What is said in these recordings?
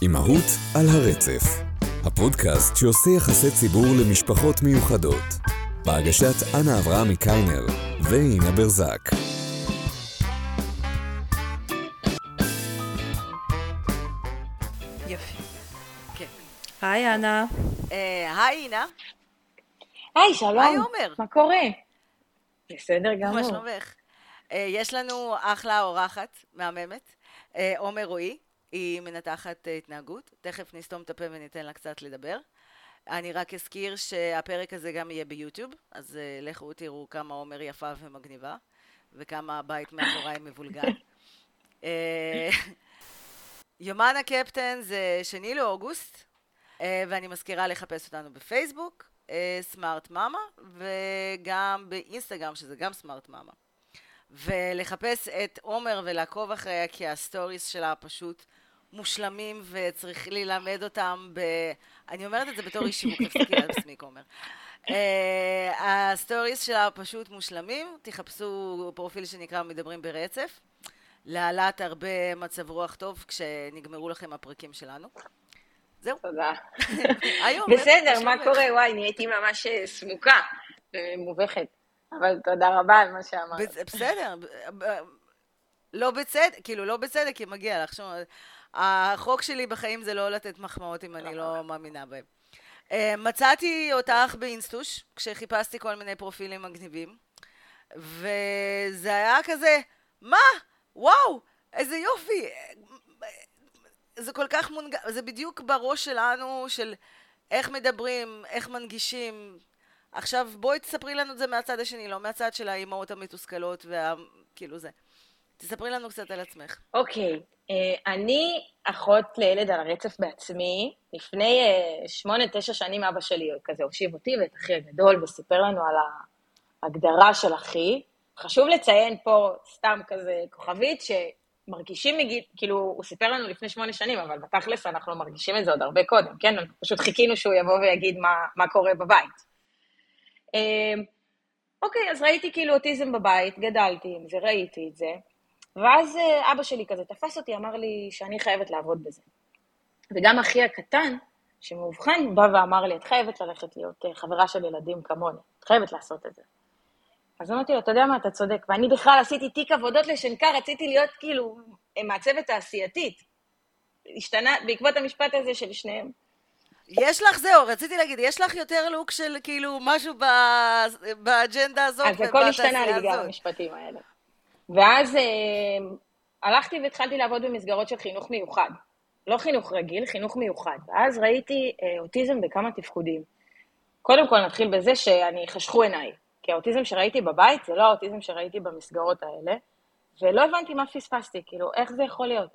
אימהות על הרצף, הפודקאסט שעושה יחסי ציבור למשפחות מיוחדות, בהגשת אנה אברהמי קיינר ואינה ברזק. יופי. כן. היי אנה. היי אינה. היי, שלום. היי עומר. מה קורה? בסדר גמור. מה שלומך? יש לנו אחלה אורחת מהממת, עומר רועי. היא מנתחת התנהגות. תכף נסתום את הפה וניתן לה קצת לדבר. אני רק אזכיר שהפרק הזה גם יהיה ביוטיוב, אז לכו תראו כמה עומר יפה ומגניבה, וכמה הבית מאחוריי מבולגן. יומן הקפטן זה 2 לאוגוסט, ואני מזכירה לחפש אותנו בפייסבוק, סמארט מאמה, וגם באינסטגרם, שזה גם סמארט מאמה. ולחפש את עומר ולעקוב אחריה, כי הסטוריס שלה פשוט מושלמים, וצריך ללמד אותם אני אומרת את זה בתור איש שיווק, תפסיקי על עצמי, עומר. הסטוריס שלה פשוט מושלמים, תחפשו פרופיל שנקרא מדברים ברצף, להעלת הרבה מצב רוח טוב כשנגמרו לכם הפרקים שלנו. זהו. תודה. בסדר, מה קורה? וואי, נהייתי ממש סמוקה ומובכת. אבל תודה רבה על מה שאמרת. בסדר. לא בצדק, כאילו לא בצדק, כי מגיע לך. החוק שלי בחיים זה לא לתת מחמאות אם אני לא מאמינה בהם. מצאתי אותך באינסטוש, כשחיפשתי כל מיני פרופילים מגניבים, וזה היה כזה, מה? וואו, איזה יופי. זה כל כך זה בדיוק בראש שלנו, של איך מדברים, איך מנגישים. עכשיו בואי תספרי לנו את זה מהצד השני, לא מהצד של האימהות המתוסכלות כאילו זה. תספרי לנו קצת על עצמך. אוקיי, אני אחות לילד על הרצף בעצמי. לפני 8-9 שנים אבא שלי כזה הושיב אותי ואת אחי הגדול וסיפר לנו על ההגדרה של אחי. חשוב לציין פה סתם כזה כוכבית שמרגישים כאילו הוא סיפר לנו לפני 8 שנים, אבל בתכלס אנחנו מרגישים את זה עוד הרבה קודם, כן? פשוט חיכינו שהוא יבוא ויגיד מה קורה בבית. אוקיי, אז ראיתי כאילו אוטיזם בבית, גדלתי עם זה, ראיתי את זה, ואז אבא שלי כזה תפס אותי, אמר לי שאני חייבת לעבוד בזה. וגם אחי הקטן, שמאובחן, בא ואמר לי, את חייבת ללכת להיות חברה של ילדים כמוני, את חייבת לעשות את זה. אז אמרתי לו, אתה יודע מה, אתה צודק, ואני בכלל עשיתי תיק עבודות לשנקר, רציתי להיות כאילו מעצבת תעשייתית. השתנה בעקבות המשפט הזה של שניהם. יש לך, זהו, רציתי להגיד, יש לך יותר לוק של כאילו משהו באג'נדה הזאת. אז הכל השתנה לי בגלל המשפטים האלה. ואז הלכתי והתחלתי לעבוד במסגרות של חינוך מיוחד. לא חינוך רגיל, חינוך מיוחד. ואז ראיתי אוטיזם בכמה תפקודים. קודם כל נתחיל בזה שאני חשכו עיניי. כי האוטיזם שראיתי בבית זה לא האוטיזם שראיתי במסגרות האלה. ולא הבנתי מה פספסתי, כאילו איך זה יכול להיות.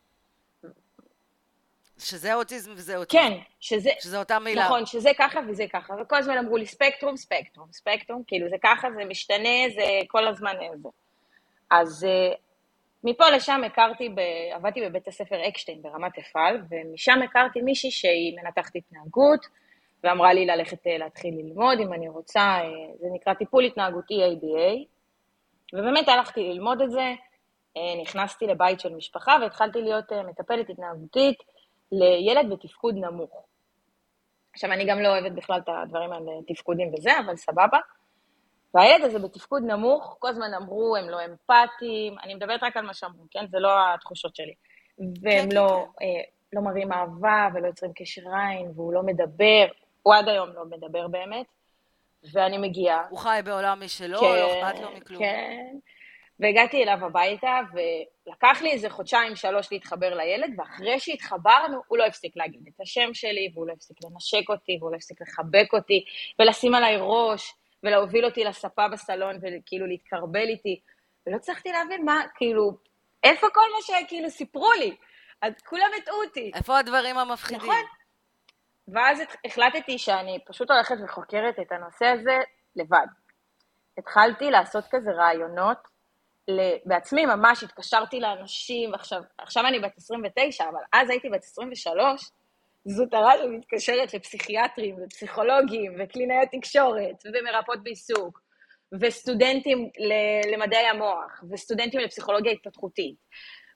שזה אוטיזם וזה אוטיזם. כן, שזה אותה מילה. נכון, שזה ככה וזה ככה, וכל הזמן אמרו לי ספקטרום, ספקטרום, ספקטרום, כאילו זה ככה, זה משתנה, זה כל הזמן זה. אז מפה לשם עבדתי בבית הספר אקשטיין ברמת אפעל, ומשם הכרתי מישהי שהיא מנתחת התנהגות, ואמרה לי להתחיל ללמוד אם אני רוצה, זה נקרא טיפול התנהגותי ABA, ובאמת הלכתי ללמוד את זה, נכנסתי לבית של משפחה, והתחלתי להיות מטפלת התנהגותית, לילד בתפקוד נמוך. עכשיו, אני גם לא אוהבת בכלל את הדברים על תפקודים וזה, אבל סבבה. והילד הזה בתפקוד נמוך, כל הזמן אמרו, הם לא אמפתיים, אני מדברת רק על מה שאמרו, כן? זה לא התחושות שלי. והם לא מראים אהבה ולא יוצרים קשר עין, והוא לא מדבר, הוא עד היום לא מדבר באמת, ואני מגיעה. הוא חי בעולם משלו, לא אכפת לו מכלום. כן. והגעתי אליו הביתה, ולקח לי איזה 2-3 להתחבר לילד, ואחרי שהתחברנו, הוא לא הפסיק להגיד את השם שלי, והוא לא הפסיק לנשק אותי, והוא לא הפסיק לחבק אותי, ולשים עליי ראש, ולהוביל אותי לספה בסלון, וכאילו להתקרבל איתי, ולא צריכתי להבין מה, כאילו, איפה כל מה שכאילו סיפרו לי, אז כולם הטעו אותי. איפה הדברים המפחידים? נכון. ואז החלטתי שאני פשוט הולכת וחוקרת את הנושא הזה לבד. התחלתי לעשות כזה רעיונות, בעצמי ממש התקשרתי לאנשים, עכשיו אני בת 29, אבל אז הייתי בת 23, זוטרה שמתקשרת לפסיכיאטרים ופסיכולוגים וקלינאיות תקשורת ומרפאות בעיסוק, וסטודנטים למדעי המוח, וסטודנטים לפסיכולוגיה התפתחותית,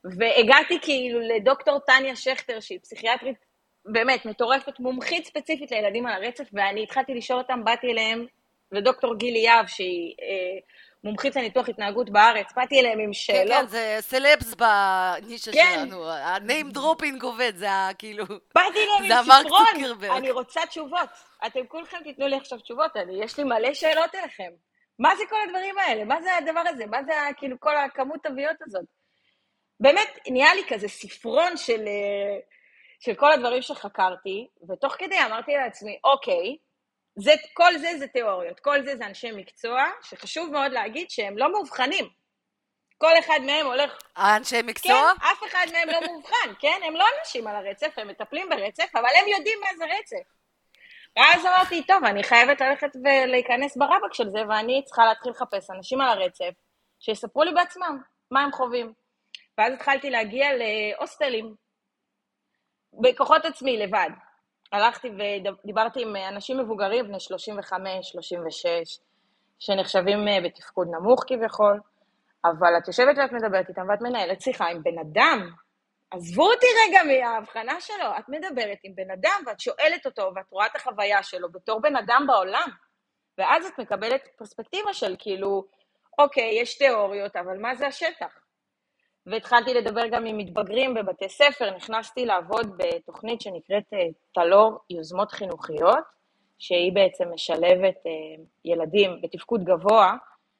והגעתי כאילו לדוקטור טניה שכטר, שהיא פסיכיאטרית באמת מטורפת, מומחית ספציפית לילדים על הרצף, ואני התחלתי לשאול אותם, באתי אליהם, ודוקטור גילי יהב, שהיא מומחית לניתוח התנהגות בארץ, באתי אליהם עם שאלות. כן, זה סלבס בנישה שלנו, הניים דרופינג עובד, זה כאילו... באתי אליהם עם ספרון, אני רוצה תשובות. אתם כולכם תיתנו לי עכשיו תשובות, יש לי מלא שאלות אליכם. מה זה כל הדברים האלה? מה זה הדבר הזה? מה זה כאילו כל הכמות תוויות הזאת? באמת נהיה לי כזה ספרון של כל הדברים שחקרתי, ותוך כדי אמרתי לעצמי, אוקיי, כל זה תיאוריות, כל זה אנשי מקצוע, שחשוב מאוד להגיד שהם לא מאובחנים. כל אחד מהם הולך... אנשי מקצוע? כן, אף אחד מהם לא מאובחן, כן? הם לא אנשים על הרצף, הם מטפלים ברצף, אבל הם יודעים מה זה רצף. ואז אמרתי, טוב, אני חייבת ללכת ולהיכנס ברבק של זה, ואני צריכה להתחיל לחפש אנשים על הרצף, שיספרו לי בעצמם מה הם חווים. ואז התחלתי להגיע להוסטלים, בכוחות עצמי, לבד. הלכתי ודיברתי עם אנשים מבוגרים, בני 35, 36, שנחשבים בתפקוד נמוך כביכול, אבל את יושבת ואת מדברת איתם, ואת מנהלת שיחה עם בן אדם, עזבו אותי רגע מההבחנה שלו, את מדברת עם בן אדם, ואת שואלת אותו, ואת רואה את החוויה שלו, בתור בן אדם בעולם, ואז את מקבלת פרספקטיבה של כאילו, אוקיי, יש תיאוריות, אבל מה זה השטח? והתחלתי לדבר גם עם מתבגרים בבתי ספר, נכנסתי לעבוד בתוכנית שנקראת תלור יוזמות חינוכיות, שהיא בעצם משלבת ילדים בתפקוד גבוה,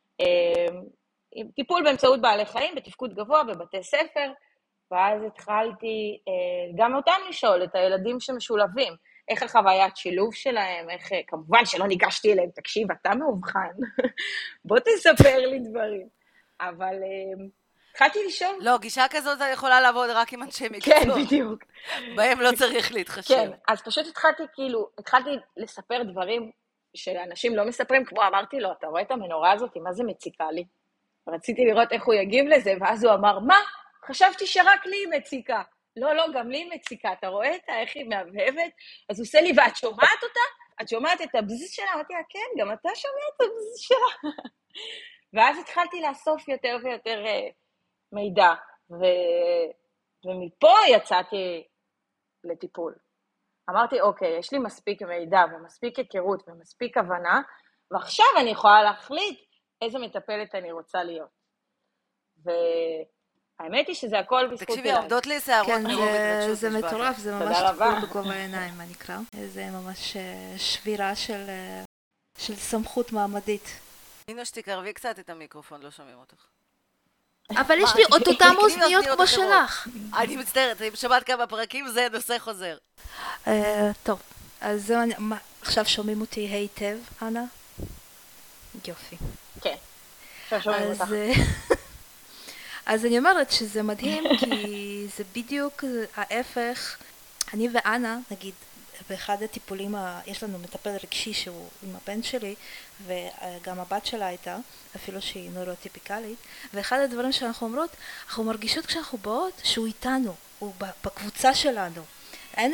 טיפול באמצעות בעלי חיים בתפקוד גבוה בבתי ספר, ואז התחלתי גם אותם לשאול את הילדים שמשולבים, איך החוויית שילוב שלהם, איך, כמובן שלא ניגשתי אליהם, תקשיב, אתה מאובחן, בוא תספר לי דברים, אבל... התחלתי לשאול. לא, גישה כזאת יכולה לעבוד רק עם אנשי מקצוע. כן, בדיוק. בהם לא צריך להתחשב. כן, אז פשוט התחלתי לספר דברים שאנשים לא מספרים, כמו אמרתי לו, אתה רואה את המנורה הזאת, מה זה מציקה לי? רציתי לראות איך הוא יגיב לזה, ואז הוא אמר, מה? חשבתי שרק לי היא מציקה. לא, גם לי היא מציקה, אתה רואה איך היא מהבהבת? אז הוא עושה לי, ואת שומעת אותה? את שומעת את הבזז שלה? אמרתי לה, כן, גם אתה שומע את הבזז שלה. ואז התחלתי לאסוף יותר ויותר מידע, ומפה יצאתי לטיפול. אמרתי, אוקיי, יש לי מספיק מידע ומספיק היכרות ומספיק הבנה, ועכשיו אני יכולה להחליט איזה מטפלת אני רוצה להיות. והאמת היא שזה הכל בזכות תקשיבי, עומדות לי שערות כן, מרוב זה מטורף, זה ממש תודה רבה. טיפול בגובה העיניים, מה נקרא. זה ממש שבירה של סמכות מעמדית. הנה שתקרבי קצת את המיקרופון, לא שומעים אותך. אבל יש לי עוד אותם אוזניות כמו שלך. אני מצטערת, אני שמעת כמה פרקים, זה נושא חוזר. טוב, אז עכשיו שומעים אותי היטב, אנה? יופי. כן, עכשיו שומעים אותך. אז אני אומרת שזה מדהים, כי זה בדיוק ההפך. אני ואנה, נגיד, באחד הטיפולים, יש לנו מטפל רגשי שהוא עם הבן שלי, וגם הבת שלה הייתה, אפילו שהיא נוירוטיפיקלית, ואחד הדברים שאנחנו אומרות, אנחנו מרגישות כשאנחנו באות שהוא איתנו, הוא בקבוצה שלנו. אין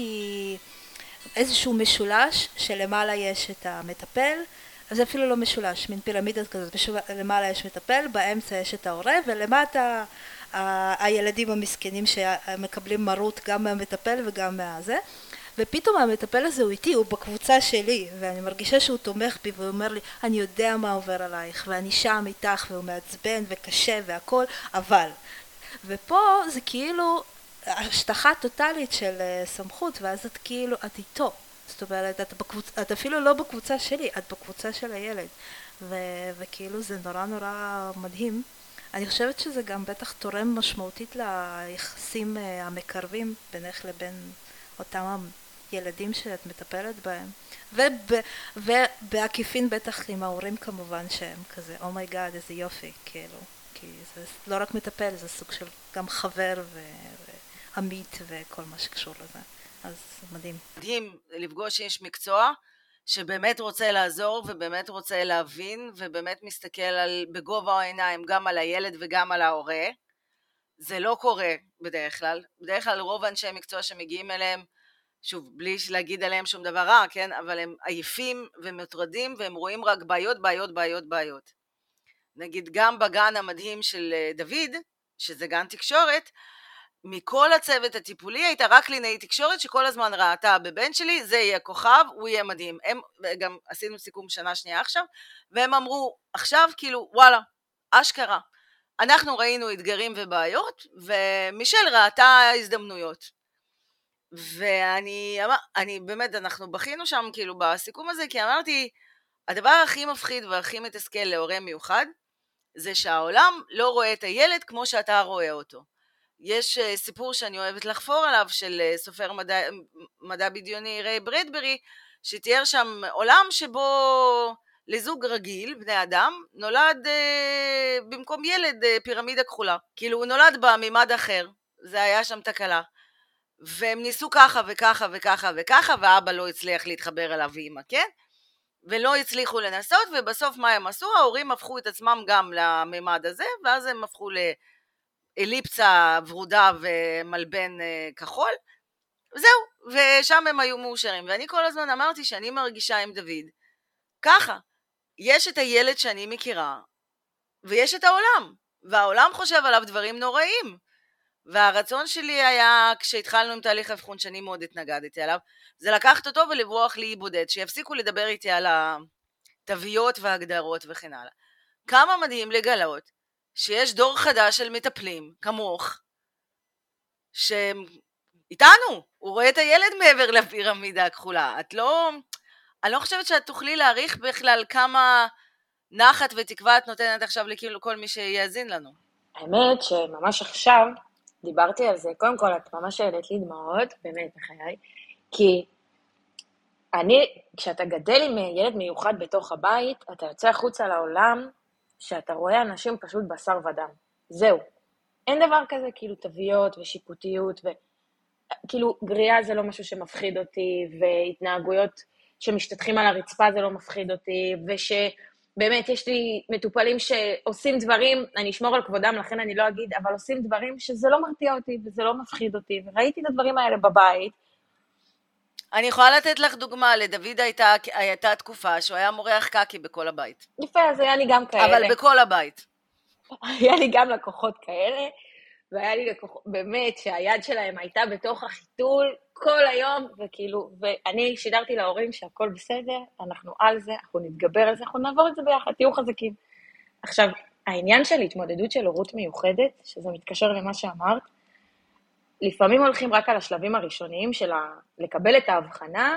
איזשהו משולש שלמעלה יש את המטפל, זה אפילו לא משולש, מין פירמידה כזאת, למעלה יש מטפל, באמצע יש את ההורה, ולמטה הילדים המסכנים שמקבלים מרות גם מהמטפל וגם מהזה. ופתאום המטפל הזה הוא איתי, הוא בקבוצה שלי, ואני מרגישה שהוא תומך בי, והוא אומר לי, אני יודע מה עובר עלייך, ואני שם איתך, והוא מעצבן וקשה והכל, אבל. ופה זה כאילו השטחה טוטלית של סמכות, ואז את כאילו, את איתו. זאת אומרת, את אפילו לא בקבוצה שלי, את בקבוצה של הילד. וכאילו זה נורא נורא מדהים. אני חושבת שזה גם בטח תורם משמעותית ליחסים המקרבים בינך לבין אותם ילדים שאת מטפלת בהם, ובעקיפין בטח עם ההורים כמובן שהם כזה, אומייגאד, איזה יופי, כאילו, כי זה לא רק מטפל, זה סוג של גם חבר ועמית וכל מה שקשור לזה, אז מדהים. מדהים לפגוש איש מקצוע שבאמת רוצה לעזור ובאמת רוצה להבין ובאמת מסתכל בגובה העיניים גם על הילד וגם על ההורה. זה לא קורה בדרך כלל רוב אנשי מקצוע שמגיעים אליהם, שוב, בלי להגיד עליהם שום דבר רע, כן? אבל הם עייפים ומוטרדים והם רואים רק בעיות. נגיד גם בגן המדהים של דוד, שזה גן תקשורת, מכל הצוות הטיפולי הייתה רק קלינאית תקשורת שכל הזמן ראתה בבן שלי, זה יהיה כוכב, הוא יהיה מדהים. הם גם עשינו סיכום שנה שנייה עכשיו, והם אמרו, עכשיו כאילו, וואלה, אשכרה. אנחנו ראינו אתגרים ובעיות, ומישל ראתה הזדמנויות. ואני באמת, אנחנו בכינו שם כאילו בסיכום הזה, כי אמרתי, הדבר הכי מפחיד והכי מתסכל להורה מיוחד, זה שהעולם לא רואה את הילד כמו שאתה רואה אותו. יש סיפור שאני אוהבת לחפור עליו, של סופר מדע בדיוני ריי ברדברי, שתיאר שם עולם שבו לזוג רגיל, בני אדם, נולד במקום ילד פירמידה כחולה. כאילו הוא נולד בממד אחר, זה היה שם תקלה. והם ניסו ככה וככה וככה וככה, ואבא לא הצליח להתחבר אליו ואמא, כן? ולא הצליחו לנסות, ובסוף מה הם עשו? ההורים הפכו את עצמם גם לממד הזה, ואז הם הפכו לאליפסה ורודה ומלבן כחול, וזהו, ושם הם היו מאושרים. ואני כל הזמן אמרתי שאני מרגישה עם דוד, ככה, יש את הילד שאני מכירה, ויש את העולם, והעולם חושב עליו דברים נוראים, והרצון שלי היה, כשהתחלנו עם תהליך האבחון שאני מאוד התנגדתי עליו, זה לקחת אותו ולברוח לי בודד, שיפסיקו לדבר איתי על התוויות והגדרות וכן הלאה. כמה מדהים לגלות שיש דור חדש של מטפלים, כמוך, שאיתנו, הוא רואה את הילד מעבר לפירמידה הכחולה. אני לא חושבת שאת תוכלי להעריך בכלל כמה נחת ותקווה את נותנת עכשיו לכל מי שיאזין לנו. האמת שממש עכשיו דיברתי על זה, קודם כל את ממש העלית לי דמעות, באמת בחיי, כי כשאתה גדל עם ילד מיוחד בתוך הבית, אתה יוצא החוצה לעולם, שאתה רואה אנשים פשוט בשר ודם. זהו. אין דבר כזה כאילו תוויות ושיפוטיות, וכאילו גריעה זה לא משהו שמפחיד אותי, והתנהגויות שמשתתחים על הרצפה זה לא מפחיד אותי, באמת, יש לי מטופלים שעושים דברים, אני אשמור על כבודם, לכן אני לא אגיד, אבל עושים דברים שזה לא מרתיע אותי וזה לא מפחיד אותי, וראיתי את הדברים האלה בבית. אני יכולה לתת לך דוגמה, לדוד הייתה תקופה שהוא היה מורח קקי בכל הבית. יפה, אז היה לי גם כאלה. אבל בכל הבית. היה לי גם לקוחות כאלה, והיה לי לקוחות, באמת, שהיד שלהם הייתה בתוך החיתול כל היום, וכאילו, ואני שידרתי להורים שהכל בסדר, אנחנו על זה, אנחנו נתגבר על זה, אנחנו נעבור את זה ביחד, תהיו חזקים. עכשיו, העניין של התמודדות של הורות מיוחדת, שזה מתקשר למה שאמרת, לפעמים הולכים רק על השלבים הראשוניים של לקבל את ההבחנה,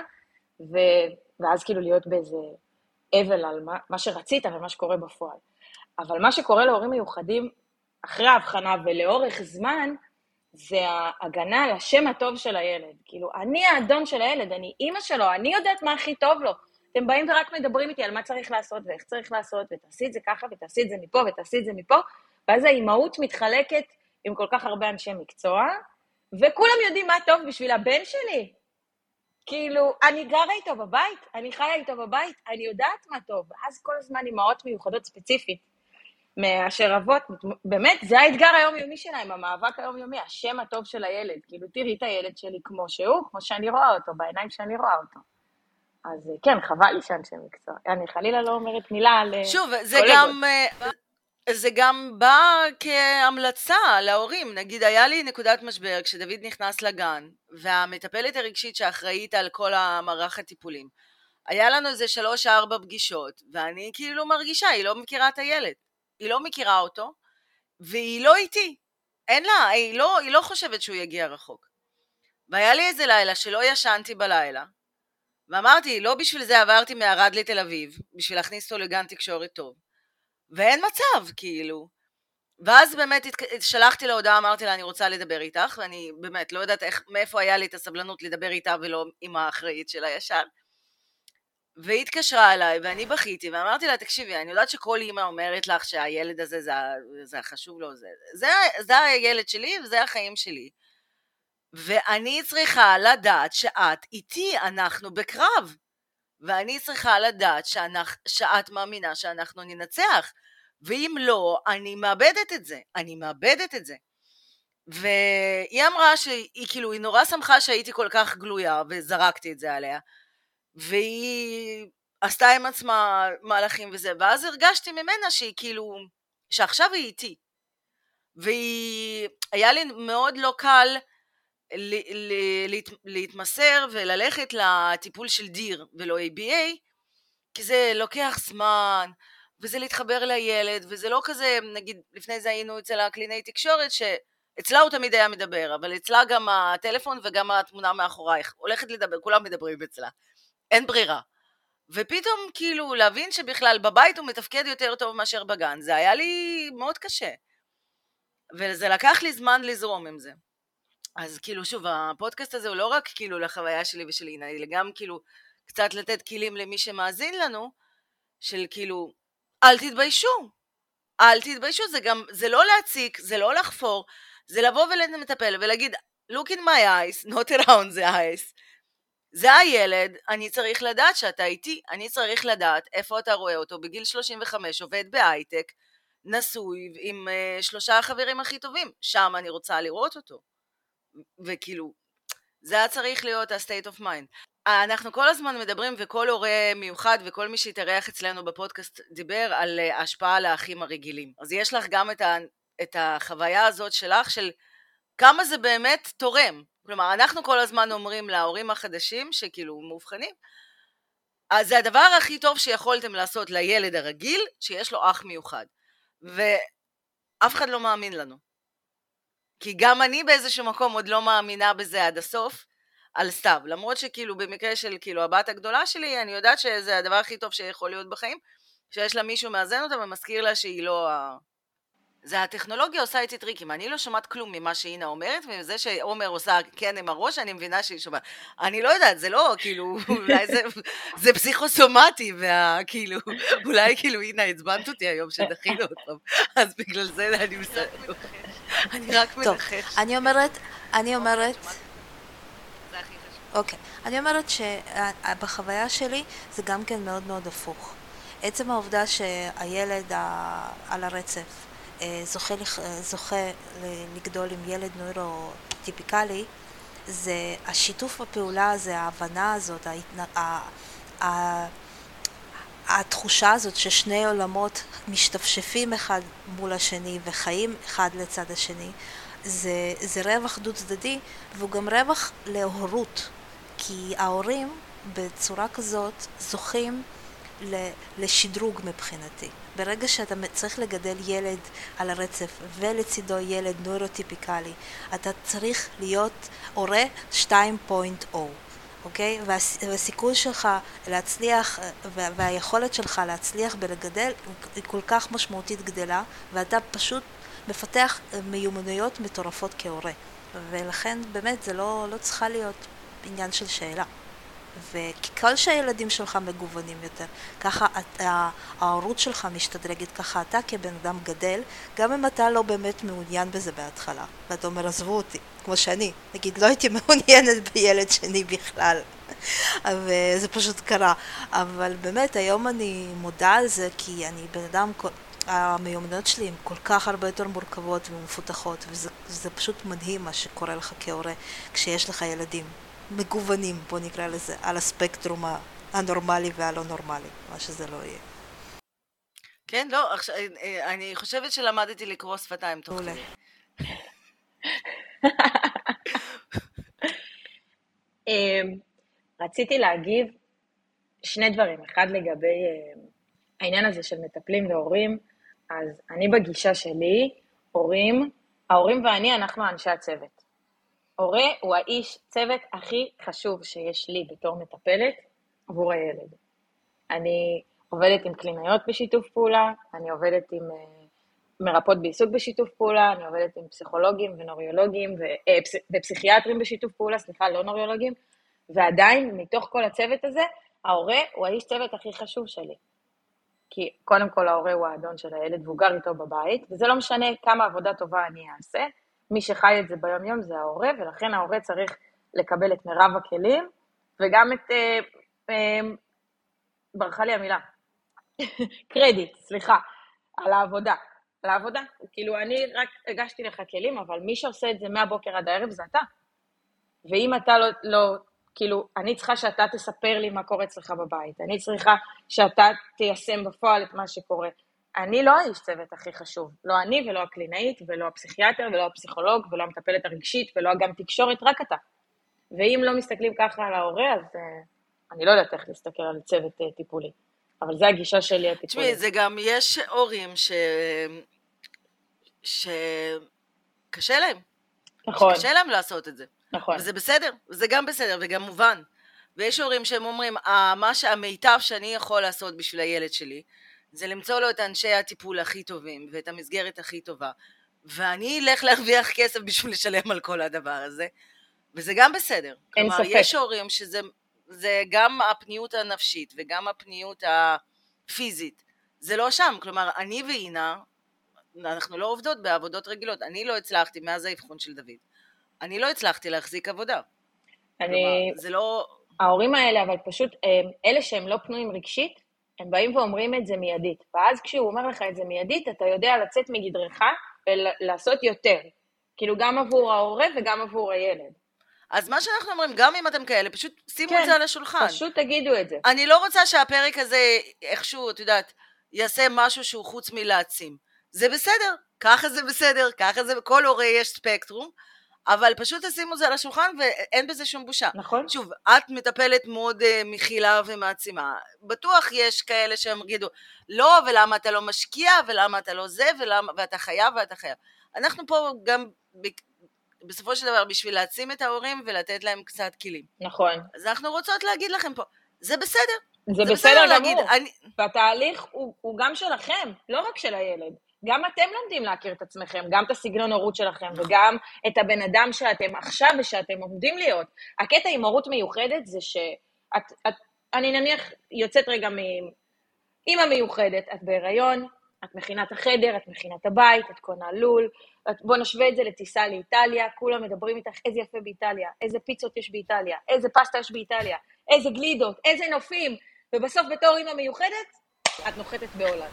ואז כאילו להיות באיזה אבל על מה שרצית ומה שקורה בפועל. אבל מה שקורה להורים מיוחדים, אחרי ההבחנה ולאורך זמן, זה ההגנה על השם הטוב של הילד. כאילו, אני האדון של הילד, אני אימא שלו, אני יודעת מה הכי טוב לו. אתם באים ורק מדברים איתי על מה צריך לעשות ואיך צריך לעשות, ותעשי את זה ככה, ותעשי את זה מפה, ותעשי את זה מפה, ואז האימהות מתחלקת עם כל כך הרבה אנשי מקצוע, וכולם יודעים מה טוב בשביל הבן שלי. כאילו, אני גרה איתו בבית, אני חיה איתו בבית, אני יודעת מה טוב, ואז כל הזמן אימהות מיוחדות ספציפית, מאשר אבות, באמת, זה האתגר היומיומי שלהם, המאבק היומיומי, השם הטוב של הילד, כאילו, תראי את הילד שלי כמו שהוא, כמו שאני רואה אותו, בעיניים שאני רואה אותו. אז כן, חבל לי שאנשי מקצוע. אני חלילה לא אומרת מילה על שוב, זה גם בא כהמלצה להורים. נגיד, היה לי נקודת משבר כשדוד נכנס לגן, והמטפלת הרגשית שאחראית על כל המערך הטיפולים. היה לנו איזה 3-4 פגישות, ואני כאילו מרגישה, היא לא מכירה את הילד. היא לא מכירה אותו, והיא לא איתי. אין לה, היא לא חושבת שהוא יגיע רחוק. והיה לי איזה לילה שלא ישנתי בלילה, ואמרתי, לא בשביל זה עברתי מערד לתל אביב, בשביל להכניס אותו לגן תקשורת טוב. ואין מצב, כאילו. ואז באמת שלחתי לה הודעה, אמרתי לה, אני רוצה לדבר איתך, ואני באמת לא יודעת מאיפה היה לי את הסבלנות לדבר איתה, ולא עם האחראית שלה ישר. והיא התקשרה אליי, ואני בכיתי, ואמרתי לה, תקשיבי, אני יודעת שכל אימא אומרת לך שהילד הזה זה חשוב לו, זה הילד שלי, וזה החיים שלי. ואני צריכה לדעת שאת איתי, אנחנו בקרב. ואני צריכה לדעת שאת מאמינה שאנחנו ננצח. ואם לא, אני מאבדת את זה. והיא אמרה שהיא כאילו, היא נורא שמחה שהייתי כל כך גלויה, וזרקתי את זה עליה. והיא עשתה עם עצמה מהלכים וזה, ואז הרגשתי ממנה שהיא כאילו, שעכשיו היא איתי. והיה לי מאוד לא קל להתמסר וללכת לטיפול של דיר ולא ABA, כי זה לוקח זמן, וזה להתחבר לילד, וזה לא כזה, נגיד, לפני זה היינו אצל הקלינאי תקשורת, שאצלה הוא תמיד היה מדבר, אבל אצלה גם הטלפון וגם התמונה מאחורייך, הולכת לדבר, כולם מדברים אצלה, אין ברירה. ופתאום כאילו להבין שבכלל בבית הוא מתפקד יותר טוב מאשר בגן, זה היה לי מאוד קשה. וזה לקח לי זמן לזרום עם זה. אז כאילו שוב, הפודקאסט הזה הוא לא רק כאילו לחוויה שלי ושל אינה, אלא גם כאילו קצת לתת כלים למי שמאזין לנו, של כאילו, אל תתביישו, אל תתביישו, זה לא להציק, זה לא לחפור, זה לבוא ולמטפל ולהגיד, look in my eyes, not around the eyes, זה הילד, אני צריך לדעת שאתה איתי, אני צריך לדעת איפה אתה רואה אותו, בגיל 35 עובד בהייטק, נשוי עם 3 החברים הכי טובים, שם אני רוצה לראות אותו, וכאילו, זה היה צריך להיות ה-state of mind. אנחנו כל הזמן מדברים, וכל הורה מיוחד וכל מי שהתארח אצלנו בפודקאסט דיבר על השפעה על האחים הרגילים. אז יש לך גם את החוויה הזאת שלך, של כמה זה באמת תורם. כלומר, אנחנו כל הזמן אומרים להורים החדשים, שכאילו מובחנים, אז זה הדבר הכי טוב שיכולתם לעשות לילד הרגיל, שיש לו אח מיוחד. ואף אחד לא מאמין לנו. כי גם אני באיזשהו מקום עוד לא מאמינה בזה עד הסוף, על סתיו, למרות שכאילו במקרה של כאילו הבת הגדולה שלי, אני יודעת שזה הדבר הכי טוב שיכול להיות בחיים, שיש לה מישהו מאזן אותה ומזכיר לה שהיא לא... זה הטכנולוגיה עושה איתי טריקים, אני לא שומעת כלום ממה שהינה אומרת, וזה שעומר עושה כן עם הראש, אני מבינה שהיא שומעת. אני לא יודעת, זה לא כאילו, אולי זה פסיכוסומטי, וכאילו, אולי כאילו, הנה, הצבנת אותי היום שדחינו אותו, אז בגלל זה אני מסתכל. אני רק מנחש. אני אומרת, אוקיי, אני אומרת שבחוויה שלי זה גם כן מאוד מאוד הפוך. עצם העובדה שהילד על הרצף זוכה לגדול עם ילד נוירוטיפיקלי, זה השיתוף הפעולה הזה, ההבנה הזאת, התחושה הזאת ששני עולמות משתפשפים אחד מול השני וחיים אחד לצד השני, זה רווח דו צדדי, והוא גם רווח להורות, כי ההורים בצורה כזאת זוכים לשדרוג מבחינתי. ברגע שאתה צריך לגדל ילד על הרצף ולצידו ילד נוירוטיפיקלי, אתה צריך להיות הורה 2.0, אוקיי? והסיכוי שלך להצליח והיכולת שלך להצליח בלגדל היא כל כך משמעותית גדלה, ואתה פשוט מפתח מיומנויות מטורפות כהורה. ולכן באמת זה לא צריכה להיות עניין של שאלה. וככל שהילדים שלך מגוונים יותר, ככה ההורות שלך משתדרגת, ככה אתה כבן אדם גדל, גם אם אתה לא באמת מעוניין בזה בהתחלה. ואתה אומר, עזבו אותי, כמו שאני. נגיד, לא הייתי מעוניינת בילד שני בכלל. וזה פשוט קרה. אבל באמת, היום אני מודה על זה, כי אני בן אדם, המיומנויות שלי הן כל כך הרבה יותר מורכבות ומפותחות, וזה פשוט מדהים מה שקורה לך כהורה, כשיש לך ילדים. מגוונים, בוא נקרא לזה, על הספקטרום הנורמלי והלא נורמלי, מה שזה לא יהיה. כן, לא, אני חושבת שלמדתי לקרוא שפתיים תוך כדי. רציתי להגיב 2 דברים, אחד לגבי העניין הזה של מטפלים והורים, אז אני בגישה שלי, ההורים ואני, אנחנו אנשי הצוות. הורה הוא האיש צוות הכי חשוב שיש לי בתור מטפלת עבור הילד. אני עובדת עם קלינאיות בשיתוף פעולה, אני עובדת עם מרפאות בעיסוק בשיתוף פעולה, אני עובדת עם פסיכולוגים ונוריולוגים ופסיכיאטרים בשיתוף פעולה, לא נוריולוגים, ועדיין מתוך כל הצוות הזה, ההורה הוא האיש צוות הכי חשוב שלי. כי קודם כל ההורה הוא האדון של הילד והוא גר איתו בבית, וזה לא משנה כמה עבודה טובה אני אעשה, מי שחי את זה ביום יום זה ההורה, ולכן ההורה צריך לקבל את מרב הכלים, וגם את, ברכה לי המילה, קרדיט, סליחה, על העבודה. כאילו אני רק הגשתי לך כלים, אבל מי שעושה את זה מהבוקר עד הערב זה אתה. ואם אתה לא כאילו, אני צריכה שאתה תספר לי מה קורה אצלך בבית, אני צריכה שאתה תיישם בפועל את מה שקורה. אני לא האיש צוות הכי חשוב, לא אני ולא הקלינאית ולא הפסיכיאטר ולא הפסיכולוג ולא המטפלת הרגשית ולא גם תקשורת, רק אתה. ואם לא מסתכלים ככה על ההורה, אז אני לא יודעת איך להסתכל על צוות טיפולי. אבל זה הגישה שלי הטיפולית. תשמעי, זה גם יש הורים שקשה להם. נכון. שקשה להם לעשות את זה. נכון. וזה בסדר, וזה גם בסדר וגם מובן. ויש הורים שהם אומרים, מה שהמיטב שאני יכול לעשות בשביל הילד שלי, זה למצוא לו את אנשי הטיפול הכי טובים, ואת המסגרת הכי טובה. ואני אלך להרוויח כסף בשביל לשלם על כל הדבר הזה. וזה גם בסדר. אין כלומר, ספק. יש הורים שזה גם הפניות הנפשית וגם הפניות הפיזית. זה לא שם. כלומר, אני ואינה, אנחנו לא עובדות בעבודות רגילות. אני לא הצלחתי, מאז האבחון של דוד, אני לא הצלחתי להחזיק עבודה. כלומר, זה לא... ההורים האלה, אבל פשוט, אלה שהם לא פנויים רגשית, הם באים ואומרים את זה מיידית. ואז כשהוא אומר לך את זה מיידית, אתה יודע לצאת מגדרך ולעשות יותר. כאילו גם עבור ההורה וגם עבור הילד. אז מה שאנחנו אומרים, גם אם אתם כאלה, פשוט שימו את זה על השולחן. פשוט תגידו את זה. אני לא רוצה שהפרק הזה, איכשהו, את יודעת, יעשה משהו שהוא חוץ מלהעצים. זה בסדר, ככה זה בסדר, ככה זה, כל הורה יש ספקטרום, אבל פשוט תשימו את זה על השולחן ואין בזה שום בושה. נכון. שוב, את מטפלת מאוד מכילה ומעצימה. בטוח יש כאלה שהם יגידו, לא, ולמה אתה לא משקיע, ולמה אתה לא זה, ואתה חייב, ואתה חייב. אנחנו פה גם בסופו של דבר בשביל להעצים את ההורים ולתת להם קצת כלים. נכון. אז אנחנו רוצות להגיד לכם פה, זה בסדר. זה בסדר גמור. והתהליך הוא גם שלכם, לא רק של הילד. גם אתם לומדים להכיר את עצמכם, גם את הסגנון הורות שלכם, וגם את הבן אדם שאתם עכשיו ושאתם עומדים להיות. הקטע עם הורות מיוחדת זה אני נניח יוצאת רגע מאמא מיוחדת, את בהיריון, את מכינה את החדר, את מכינה את הבית, את קונה לול, בוא נשווה את זה לטיסה לאיטליה, כולם מדברים איתך איזה יפה באיטליה, איזה פיצות יש באיטליה, איזה פסטה יש באיטליה, איזה גלידות, איזה נופים, ובסוף בתור אמא מיוחדת, את נוחתת בהולנד.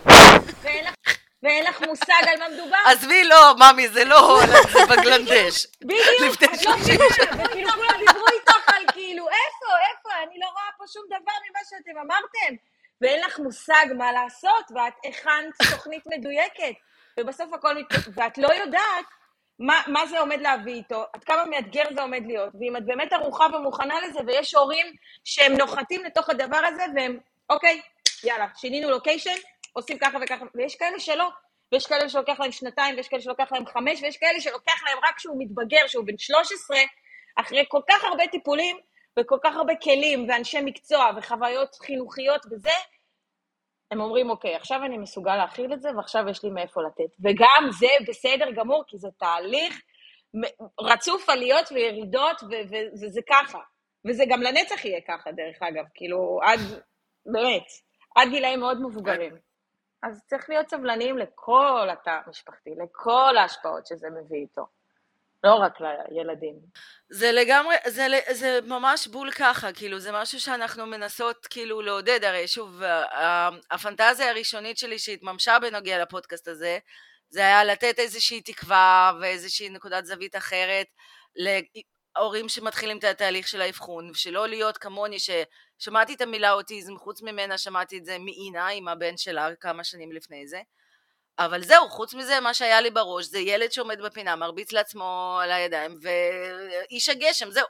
ואין לך מושג על מה מדובר. עזבי לא, ממי, זה לא הולנד, זה בגלנדש. בדיוק, את לא מבינה, וכאילו כולם דיברו איתך על כאילו, איפה, אני לא רואה פה שום דבר ממה שאתם אמרתם, ואין לך מושג מה לעשות, ואת הכנת תוכנית מדויקת, ובסוף הכל ואת לא יודעת מה זה עומד להביא איתו, עד כמה מאתגר זה עומד להיות, ואם את באמת ערוכה ומוכנה לזה, ויש הורים שהם נוחתים לתוך הדבר הזה, והם, אוקיי, יאללה, שינינו לוקיישן, עושים ככה וככה, ויש כאלה שלא, ויש כאלה שלוקח להם 2, ויש כאלה שלוקח להם 5, ויש כאלה שלוקח להם רק כשהוא מתבגר, שהוא בן 13, אחרי כל כך הרבה טיפולים, וכל כך הרבה כלים, ואנשי מקצוע, וחוויות חינוכיות וזה, הם אומרים, אוקיי, עכשיו אני מסוגל להכיל את זה, ועכשיו יש לי מאיפה לתת. וגם זה בסדר גמור, כי זה תהליך רצוף עליות וירידות, וזה ככה. וזה גם לנצח יהיה ככה, דרך אגב, כאילו, באמת, עד גילאים מאוד מבוגרים. אז צריך להיות סבלניים לכל התא המשפחתי, לכל ההשפעות שזה מביא איתו. לא רק לילדים. זה לגמרי, זה ממש בול ככה, כאילו, זה משהו שאנחנו מנסות כאילו לעודד, הרי שוב, הפנטזיה הראשונית שלי שהתממשה בנוגע לפודקאסט הזה, זה היה לתת איזושהי תקווה ואיזושהי נקודת זווית אחרת, להורים שמתחילים את התהליך של האבחון, ושלא להיות כמוני ששמעתי את המילה אוטיזם, חוץ ממנה שמעתי את זה מאינה, עם הבן שלה כמה שנים לפני זה, אבל זהו, חוץ מזה, מה שהיה לי בראש, זה ילד שעומד בפינה, מרביץ לעצמו על הידיים, ואיש הגשם, זהו,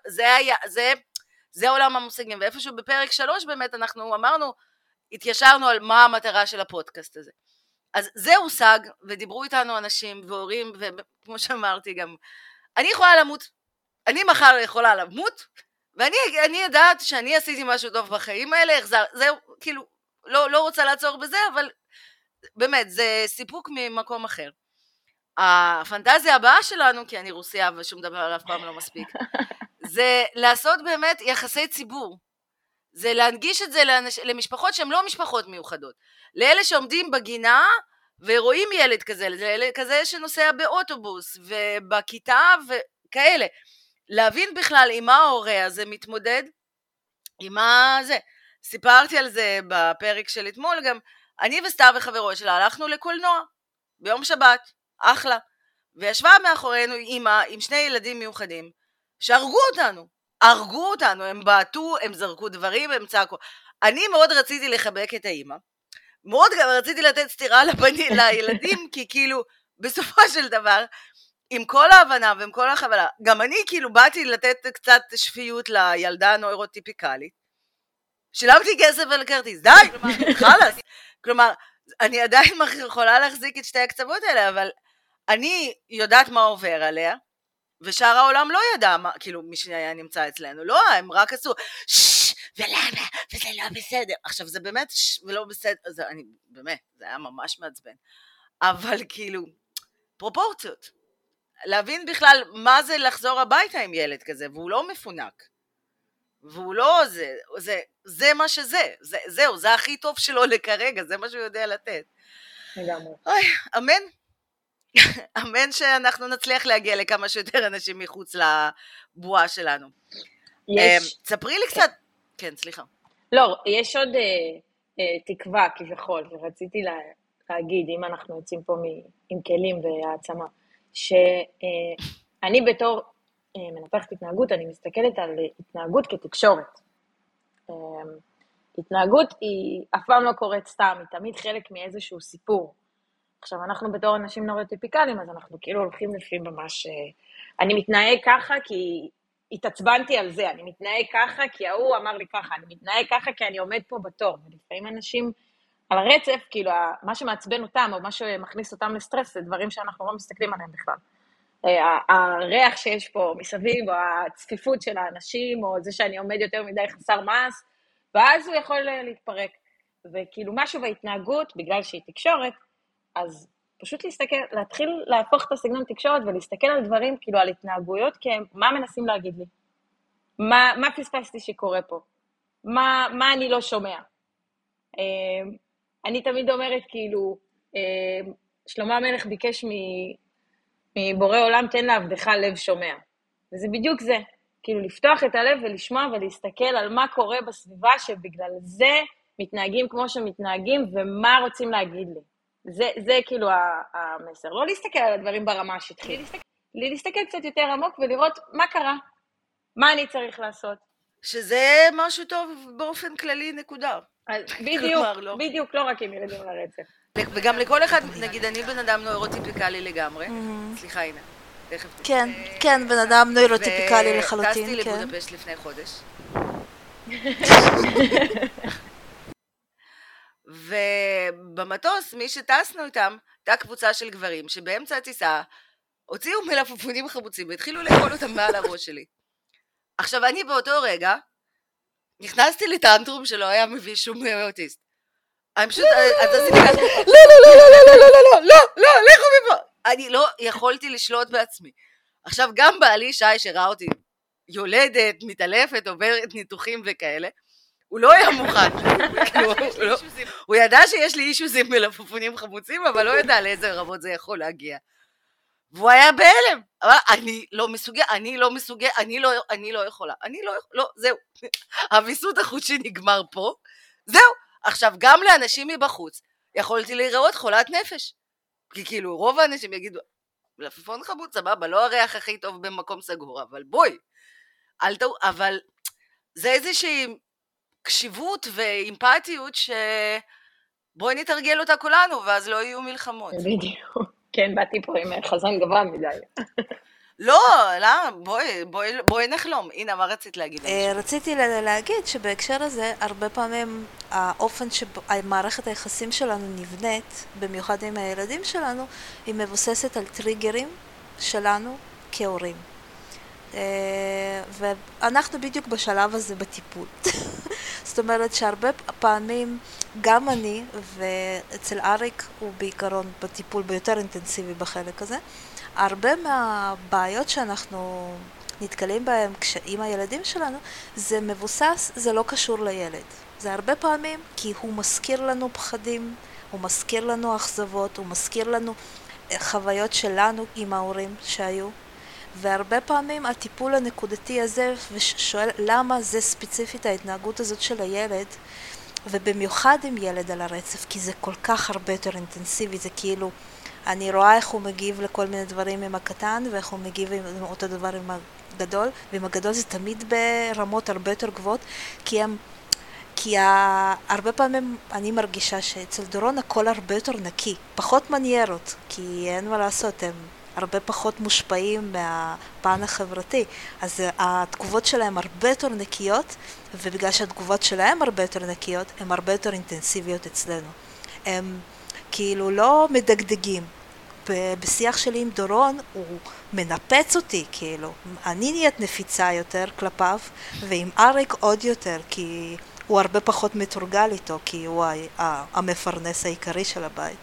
זה עולם המושגים, ואיפשהו בפרק 3 באמת אנחנו אמרנו, התיישרנו על מה המטרה של הפודקאסט הזה. אז זה הושג, ודיברו איתנו אנשים והורים, וכמו שאמרתי גם, אני יכולה למות, אני מחר יכולה למות, ואני יודעת שאני עשיתי משהו טוב בחיים האלה, זהו, כאילו, לא רוצה לעצור בזה, אבל באמת, זה סיפוק ממקום אחר. הפנטזיה הבאה שלנו, כי אני רוסיה ושום דבר אף פעם לא מספיק, זה לעשות באמת יחסי ציבור. זה להנגיש את זה למשפחות שהן לא משפחות מיוחדות. לאלה שעומדים בגינה ורואים ילד כזה, לילד כזה שנוסע באוטובוס ובכיתה וכאלה. להבין בכלל עם מה ההורה הזה מתמודד, עם מה זה. סיפרתי על זה בפרק של אתמול גם, אני וסתיו וחברות שלה הלכנו לקולנוע, ביום שבת, אחלה, וישבה מאחורינו אמא עם 2 ילדים מיוחדים, שהרגו אותנו, הם בעטו, הם זרקו דברים, הם צעקו. אני מאוד רציתי לחבק את האמא, מאוד גם רציתי לתת סתירה לילדים, כי כאילו, בסופו של דבר, עם כל ההבנה ועם כל החבלה, גם אני כאילו באתי לתת קצת שפיות לילדה הנוירוטיפיקלית, שילמתי כסף על כרטיס, די, חלאס. כלומר, אני עדיין יכולה להחזיק את שתי הקצוות האלה, אבל אני יודעת מה עובר עליה, ושאר העולם לא ידע, כאילו מי שהיה נמצא אצלנו, לא, הם רק עשו, ולמה, וזה לא בסדר. עכשיו זה באמת ולא בסדר, באמת, זה היה ממש מעצבן. אבל כאילו, פרופורציות. להבין בכלל מה זה לחזור הביתה עם ילד כזה, והוא לא מפונק. והוא לא, זה מה שזה, זהו, זה הכי טוב שלו לכרגע, זה מה שהוא יודע לתת. לגמרי. אמן. אמן שאנחנו נצליח להגיע לכמה שיותר אנשים מחוץ לבועה שלנו. תספרי לי קצת, כן, סליחה. לא, יש עוד תקווה כביכול, ורציתי להגיד, אם אנחנו יוצאים פה עם כלים והעצמה, שאני בתור מנתחת התנהגות, אני מסתכלת על התנהגות כתקשורת. התנהגות היא אף פעם לא קורית סתם, היא תמיד חלק מאיזשהו סיפור. עכשיו, אנחנו בתור אנשים נוירוטיפיקליים, אז אנחנו כאילו הולכים לפי ממש... אני מתנהג ככה כי התעצבנתי על זה, אני מתנהג ככה כי ההוא אמר לי ככה, אני מתנהג ככה כי אני עומד פה בתור, ולפעמים אנשים על הרצף, כאילו, מה שמעצבן אותם, או מה שמכניס אותם לסטרס, זה דברים שאנחנו לא מסתכלים עליהם בכלל. הריח שיש פה מסביב, או הצפיפות של האנשים, או זה שאני עומד יותר מדי חסר מס, ואז הוא יכול להתפרק. וכאילו משהו בהתנהגות, בגלל שהיא תקשורת, אז פשוט להתחיל להפוך את הסגנון תקשורת, ולהסתכל על דברים, כאילו על התנהגויות, מה מנסים להגיד לי? מה פספסתי שקורה פה? מה אני לא שומע? אני תמיד אומרת, כאילו, שלמה המלך ביקש מבורא עולם, תן לעבדך לב שומע. וזה בדיוק זה, כאילו לפתוח את הלב ולשמוע ולהסתכל על מה קורה בסביבה, שבגלל זה מתנהגים כמו שמתנהגים, ומה רוצים להגיד לי. זה כאילו המסר. לא להסתכל על הדברים ברמה השטחית. להסתכל קצת יותר עמוק ולראות מה קרה, מה אני צריך לעשות. שזה משהו טוב באופן כללי, נקודה. בדיוק, לא רק עם ילדים על הרצף. וגם לכל אחד, נגיד, אני בן אדם נוירוטיפיקלי לגמרי. סליחה, הנה. כן, בן אדם נוירוטיפיקלי לחלוטין. וטסתי לבודפשט לפני חודש. ובמטוס, מי שטסנו איתם, הייתה קבוצה של גברים, שבאמצע הטיסה הוציאו מלפפונים חמוצים, והתחילו לאכול אותם מעל הראש שלי. עכשיו, אני באותו רגע, נכנסתי לטנטרום שלא היה מביא שום אוטיסט. אני פשוט, אז עשיתי ככה, לא, לכו מפה. אני לא יכולתי לשלוט בעצמי. עכשיו, גם בעלי שי שראה אותי יולדת, מתעלפת, עוברת ניתוחים וכאלה, הוא לא היה מוכן. הוא ידע שיש לי אישוזים מלפפונים חמוצים, אבל לא ידע לאיזה רמות זה יכול להגיע. והוא היה בהלם. אבל אני לא מסוגל, אני לא יכולה. זהו. הוויסות החודשי נגמר פה. זהו. עכשיו, גם לאנשים מבחוץ, יכולתי להיראות חולת נפש. כי כאילו, רוב האנשים יגידו, מלפפון חמוץ, סבבה, לא הריח הכי טוב במקום סגור, אבל בואי. אבל זה איזושהי קשיבות ואימפתיות שבואי נתרגל אותה כולנו, ואז לא יהיו מלחמות. בדיוק. כן, באתי פה עם חזון גבוה מדי. לא, בואי נחלום. הנה, מה רצית להגיד? רציתי להגיד שבהקשר הזה, הרבה פעמים האופן שמערכת היחסים שלנו נבנית, במיוחד עם הילדים שלנו, היא מבוססת על טריגרים שלנו כהורים. ואנחנו בדיוק בשלב הזה בטיפול. זאת אומרת שהרבה פעמים, גם אני, ואצל אריק הוא בעיקרון בטיפול ביותר אינטנסיבי בחלק הזה, הרבה מהבעיות שאנחנו נתקלים בהם עם הילדים שלנו, זה מבוסס, זה לא קשור לילד. זה הרבה פעמים כי הוא מזכיר לנו פחדים, הוא מזכיר לנו אכזבות, הוא מזכיר לנו חוויות שלנו עם ההורים שהיו. והרבה פעמים הטיפול הנקודתי הזה, ושואל למה זה ספציפית ההתנהגות הזאת של הילד, ובמיוחד עם ילד על הרצף, כי זה כל כך הרבה יותר אינטנסיבי, זה כאילו, אני רואה איך הוא מגיב לכל מיני דברים עם הקטן, ואיך הוא מגיב עם אותו דבר עם הגדול, ועם הגדול זה תמיד ברמות הרבה יותר גבוהות, כי כי הרבה פעמים אני מרגישה שאצל דורון הכל הרבה יותר נקי, פחות מניירות, כי אין מה לעשות, הם הרבה פחות מושפעים מהפן החברתי, אז התגובות שלהם הרבה יותר נקיות, ובגלל שהתגובות שלהם הרבה יותר נקיות, הן הרבה יותר אינטנסיביות אצלנו. הם כאילו לא מדגדגים. בשיח שלי עם דורון הוא מנפץ אותי, כאילו, אני נהיית נפיצה יותר כלפיו, ועם אריק עוד יותר, כי הוא הרבה פחות מתורגל איתו, כי הוא המפרנס העיקרי של הבית.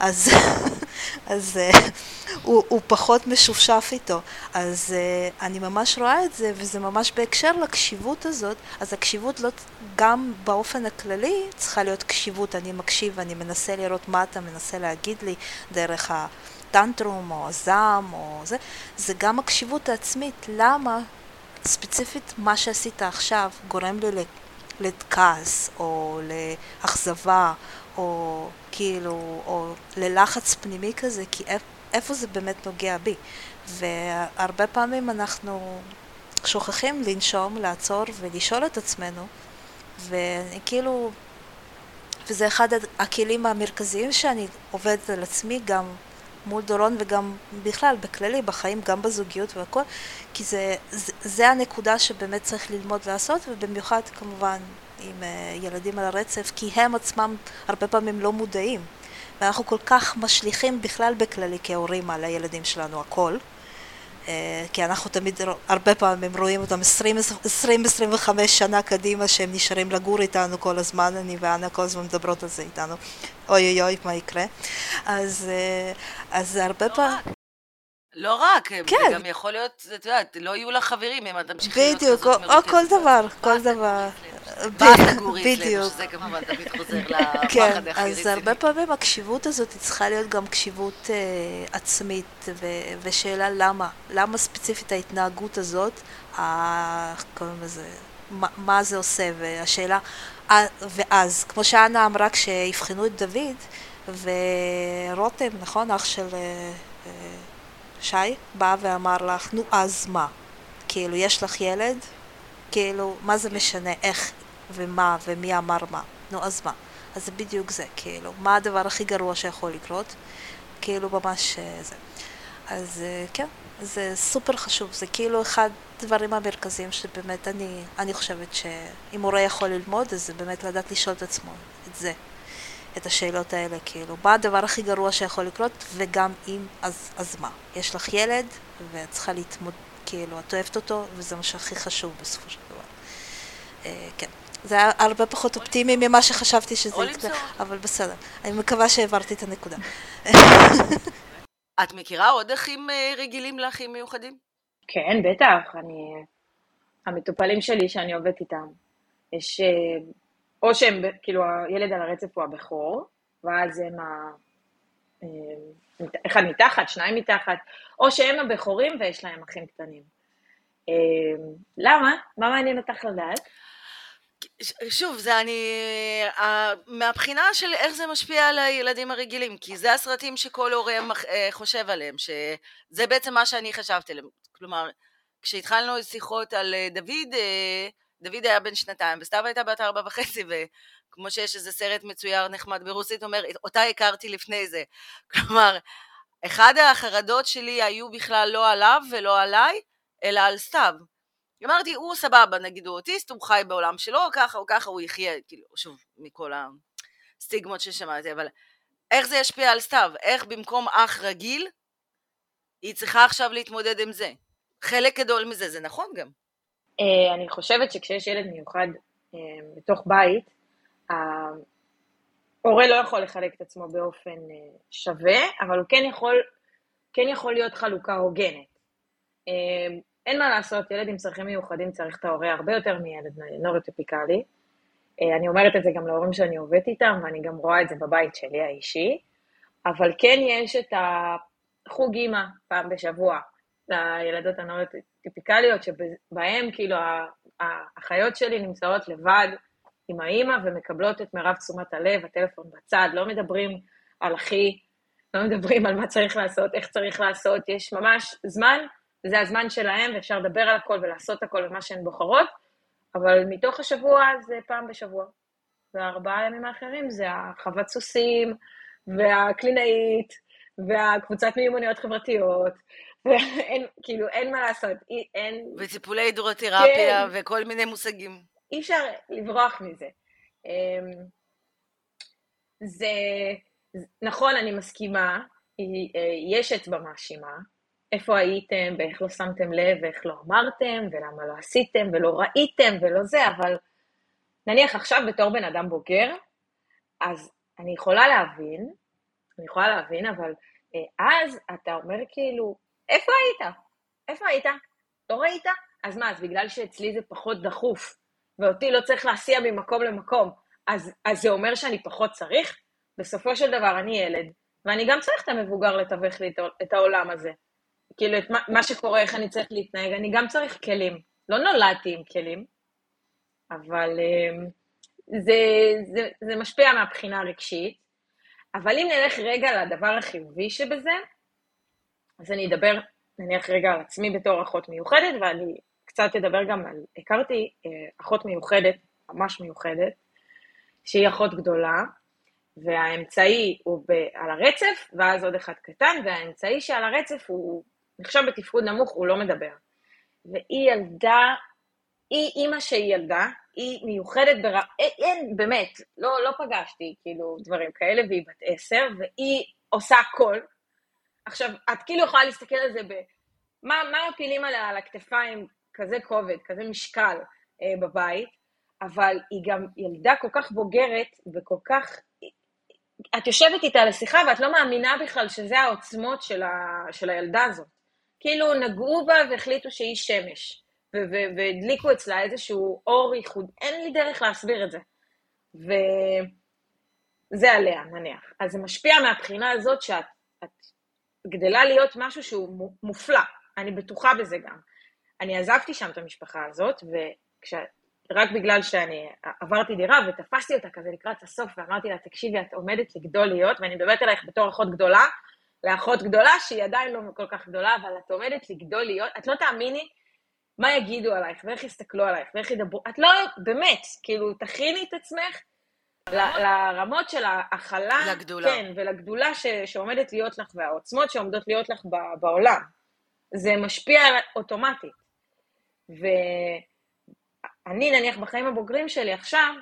אז הוא פחות משופשף איתו. אז אני ממש רואה את זה, וזה ממש בהקשר לקשיבות הזאת. אז הקשיבות לא, גם באופן הכללי צריכה להיות קשיבות. אני מקשיב, אני מנסה לראות מה אתה מנסה להגיד לי דרך הטנטרום או הזעם או זה. זה גם הקשיבות העצמית. למה ספציפית מה שעשית עכשיו גורם לי לכעס או לאכזבה או כאילו או ללחץ פנימי כזה, כי איפה זה באמת נוגע בי. והרבה פעמים אנחנו שוכחים לנשום, לעצור ולשאול את עצמנו, וכאילו וזה אחד הכלים המרכזיים שאני עובדת על עצמי גם מול דורון וגם בכלל בכללי בחיים, גם בזוגיות והכל, כי זה הנקודה שבאמת צריך ללמוד לעשות, ובמיוחד כמובן עם ילדים על הרצף, כי הם עצמם הרבה פעמים לא מודעים, ואנחנו כל כך משליכים בכלל בכללי כהורים על הילדים שלנו הכל, כי אנחנו תמיד הרבה פעמים רואים אותם 20-25 שנה קדימה שהם נשארים לגור איתנו כל הזמן, אני ואנה כל הזמן מדברות על זה איתנו, אוי אוי אוי מה יקרה. אז הרבה פעמים לא רק, כן. זה גם יכול להיות, את יודעת, לא יהיו לך חברים אם אתה תמשיכי להיות בדיוק, כזאת או כל דבר, כל דבר. באת תגורי אצלנו, שזה כמובן תמיד חוזר לפחד כן, הכי אז רציני. הרבה פעמים הקשיבות הזאת צריכה להיות גם קשיבות עצמית, ושאלה למה ספציפית ההתנהגות הזאת, קוראים לזה, מה זה עושה, והשאלה, ואז, כמו שאנה אמרה כשהבחנו את דוד, ורותם, נכון, אח של שי, בא ואמר לך, נו אז מה? כאילו, יש לך ילד? כאילו, מה זה משנה, איך ומה ומי אמר מה? נו, אז מה? אז זה בדיוק זה, כאילו, מה הדבר הכי גרוע שיכול לקרות? כאילו, ממש זה. אז כן, זה סופר חשוב, זה כאילו אחד הדברים המרכזיים שבאמת אני חושבת שאם מורה יכול ללמוד, אז זה באמת לדעת לשאול את עצמו את זה, את השאלות האלה, כאילו, מה הדבר הכי גרוע שיכול לקרות, וגם אם, אז מה? יש לך ילד, ואת צריכה להתמודד, כאילו, את אוהבת אותו, וזה מה שהכי חשוב בסופו של דבר. כן. זה היה הרבה פחות אופטימי ממה שחשבתי שזה יקרה, אבל בסדר. אני מקווה שהעברתי את הנקודה. את מכירה עוד אחים רגילים לאחים מיוחדים? כן, בטח. המטופלים שלי שאני עובדת איתם, יש, או שהם, כאילו, הילד על הרצף הוא הבכור, ואז הם אחד מתחת, שניים מתחת, או שהם הבכורים ויש להם אחים קטנים. למה? מה מעניין אותך לדעת? שוב, זה מהבחינה של איך זה משפיע על הילדים הרגילים, כי זה הסרטים שכל הורה חושב עליהם, שזה בעצם מה שאני חשבתי עליהם. כלומר, כשהתחלנו שיחות על דוד היה בן 2, וסתיו הייתה בת 4.5, וכמו שיש איזה סרט מצויר נחמד ברוסית, אומר, אותה הכרתי לפני זה. כלומר, אחד החרדות שלי היו בכלל לא עליו ולא עליי, אלא על סתיו. אמרתי, הוא סבבה, נגיד הוא אוטיסט, הוא חי בעולם שלו, ככה או ככה הוא יחיה, כאילו, שוב, מכל הסטיגמות ששמעתי, אבל איך זה ישפיע על סתיו? איך במקום אח רגיל, היא צריכה עכשיו להתמודד עם זה? חלק גדול מזה, זה נכון גם. אני חושבת שכשיש ילד מיוחד בתוך בית, ההורה לא יכול לחלק את עצמו באופן שווה, אבל הוא כן יכול להיות חלוקה הוגנת. אין מה לעשות, ילד עם צרכים מיוחדים צריך את ההורה הרבה יותר מילד נוירוטיפיקלי. אני אומרת את זה גם להורים שאני עובדת איתם, ואני גם רואה את זה בבית שלי האישי, אבל כן יש את החוג אימא פעם בשבוע לילדות הנוירוטיפיקליות, שבהם כאילו האחיות שלי נמצאות לבד עם האימא ומקבלות את מרב תשומת הלב, הטלפון בצד, לא מדברים על אחי, לא מדברים על מה צריך לעשות, איך צריך לעשות, יש ממש זמן, זה הזמן שלהם, ואפשר לדבר על הכל ולעשות הכל ומה שהן בוחרות, אבל מתוך השבוע זה פעם בשבוע. והארבעה ימים האחרים זה החוות סוסים, והקלינאית, והקבוצת מיומנויות חברתיות, ואין, כאילו, אין מה לעשות, אין... וטיפולי הידרותרפיה, כן. וכל מיני מושגים. אי אפשר לברוח מזה. זה, נכון, אני מסכימה, יש אצבע מאשימה, איפה הייתם, ואיך לא שמתם לב, ואיך לא אמרתם, ולמה לא עשיתם, ולא ראיתם, ולא זה, אבל נניח עכשיו בתור בן אדם בוגר, אז אני יכולה להבין, אבל אז אתה אומר כאילו, איפה היית? איפה היית? לא ראית? אז מה, אז בגלל שאצלי זה פחות דחוף, ואותי לא צריך להסיע ממקום למקום, אז זה אומר שאני פחות צריך? בסופו של דבר אני ילד, ואני גם צריך את המבוגר לתווך לי את העולם הזה. כאילו, את מה שקורה, איך אני צריך להתנהג, אני גם צריך כלים. לא נולדתי עם כלים, אבל זה משפיע מהבחינה הרגשית. אבל אם נלך רגע לדבר החיובי שבזה, אז אני אדבר, נניח רגע על עצמי בתור אחות מיוחדת, ואני קצת אדבר גם על, הכרתי אחות מיוחדת, ממש מיוחדת, שהיא אחות גדולה, והאמצעי הוא על הרצף, ואז עוד אחד קטן, והאמצעי שעל הרצף הוא נחשב בתפקוד נמוך, הוא לא מדבר. והיא ילדה, היא אימא שהיא ילדה, היא מיוחדת אין, באמת, לא פגשתי כאילו דברים כאלה, והיא בת 10, והיא עושה הכל. עכשיו, את כאילו יכולה להסתכל על זה מה מפילים עליה על הכתפיים, כזה כובד, כזה משקל בבית, אבל היא גם ילדה כל כך בוגרת, וכל כך, את יושבת איתה לשיחה, ואת לא מאמינה בכלל שזה העוצמות של הילדה הזאת. כאילו נגעו בה והחליטו שהיא שמש, והדליקו אצלה איזשהו אור ייחוד, אין לי דרך להסביר את זה. וזה עליה, נניח. אז זה משפיע מהבחינה הזאת שאת גדלה להיות משהו שהוא מופלא, אני בטוחה בזה גם. אני עזבתי שם את המשפחה הזאת, רק בגלל שאני עברתי דירה ותפסתי אותה כזה לקראת הסוף, ואמרתי לה, תקשיבי, את עומדת לגדול להיות, ואני מדברת עלייך בתור אחות גדולה, לאחות גדולה שהיא עדיין לא כל כך גדולה, אבל את עומדת לגדול להיות, את לא תאמיני מה יגידו עלייך, ואיך יסתכלו עלייך, ואיך ידברו, את לא, באמת, כאילו, תכיני את עצמך לרמות של ההכלה, לגדולה. כן, ולגדולה שעומדת להיות לך, והעוצמות שעומדות להיות לך בעולם. זה משפיע אוטומטית. ואני נניח בחיים הבוגרים שלי עכשיו,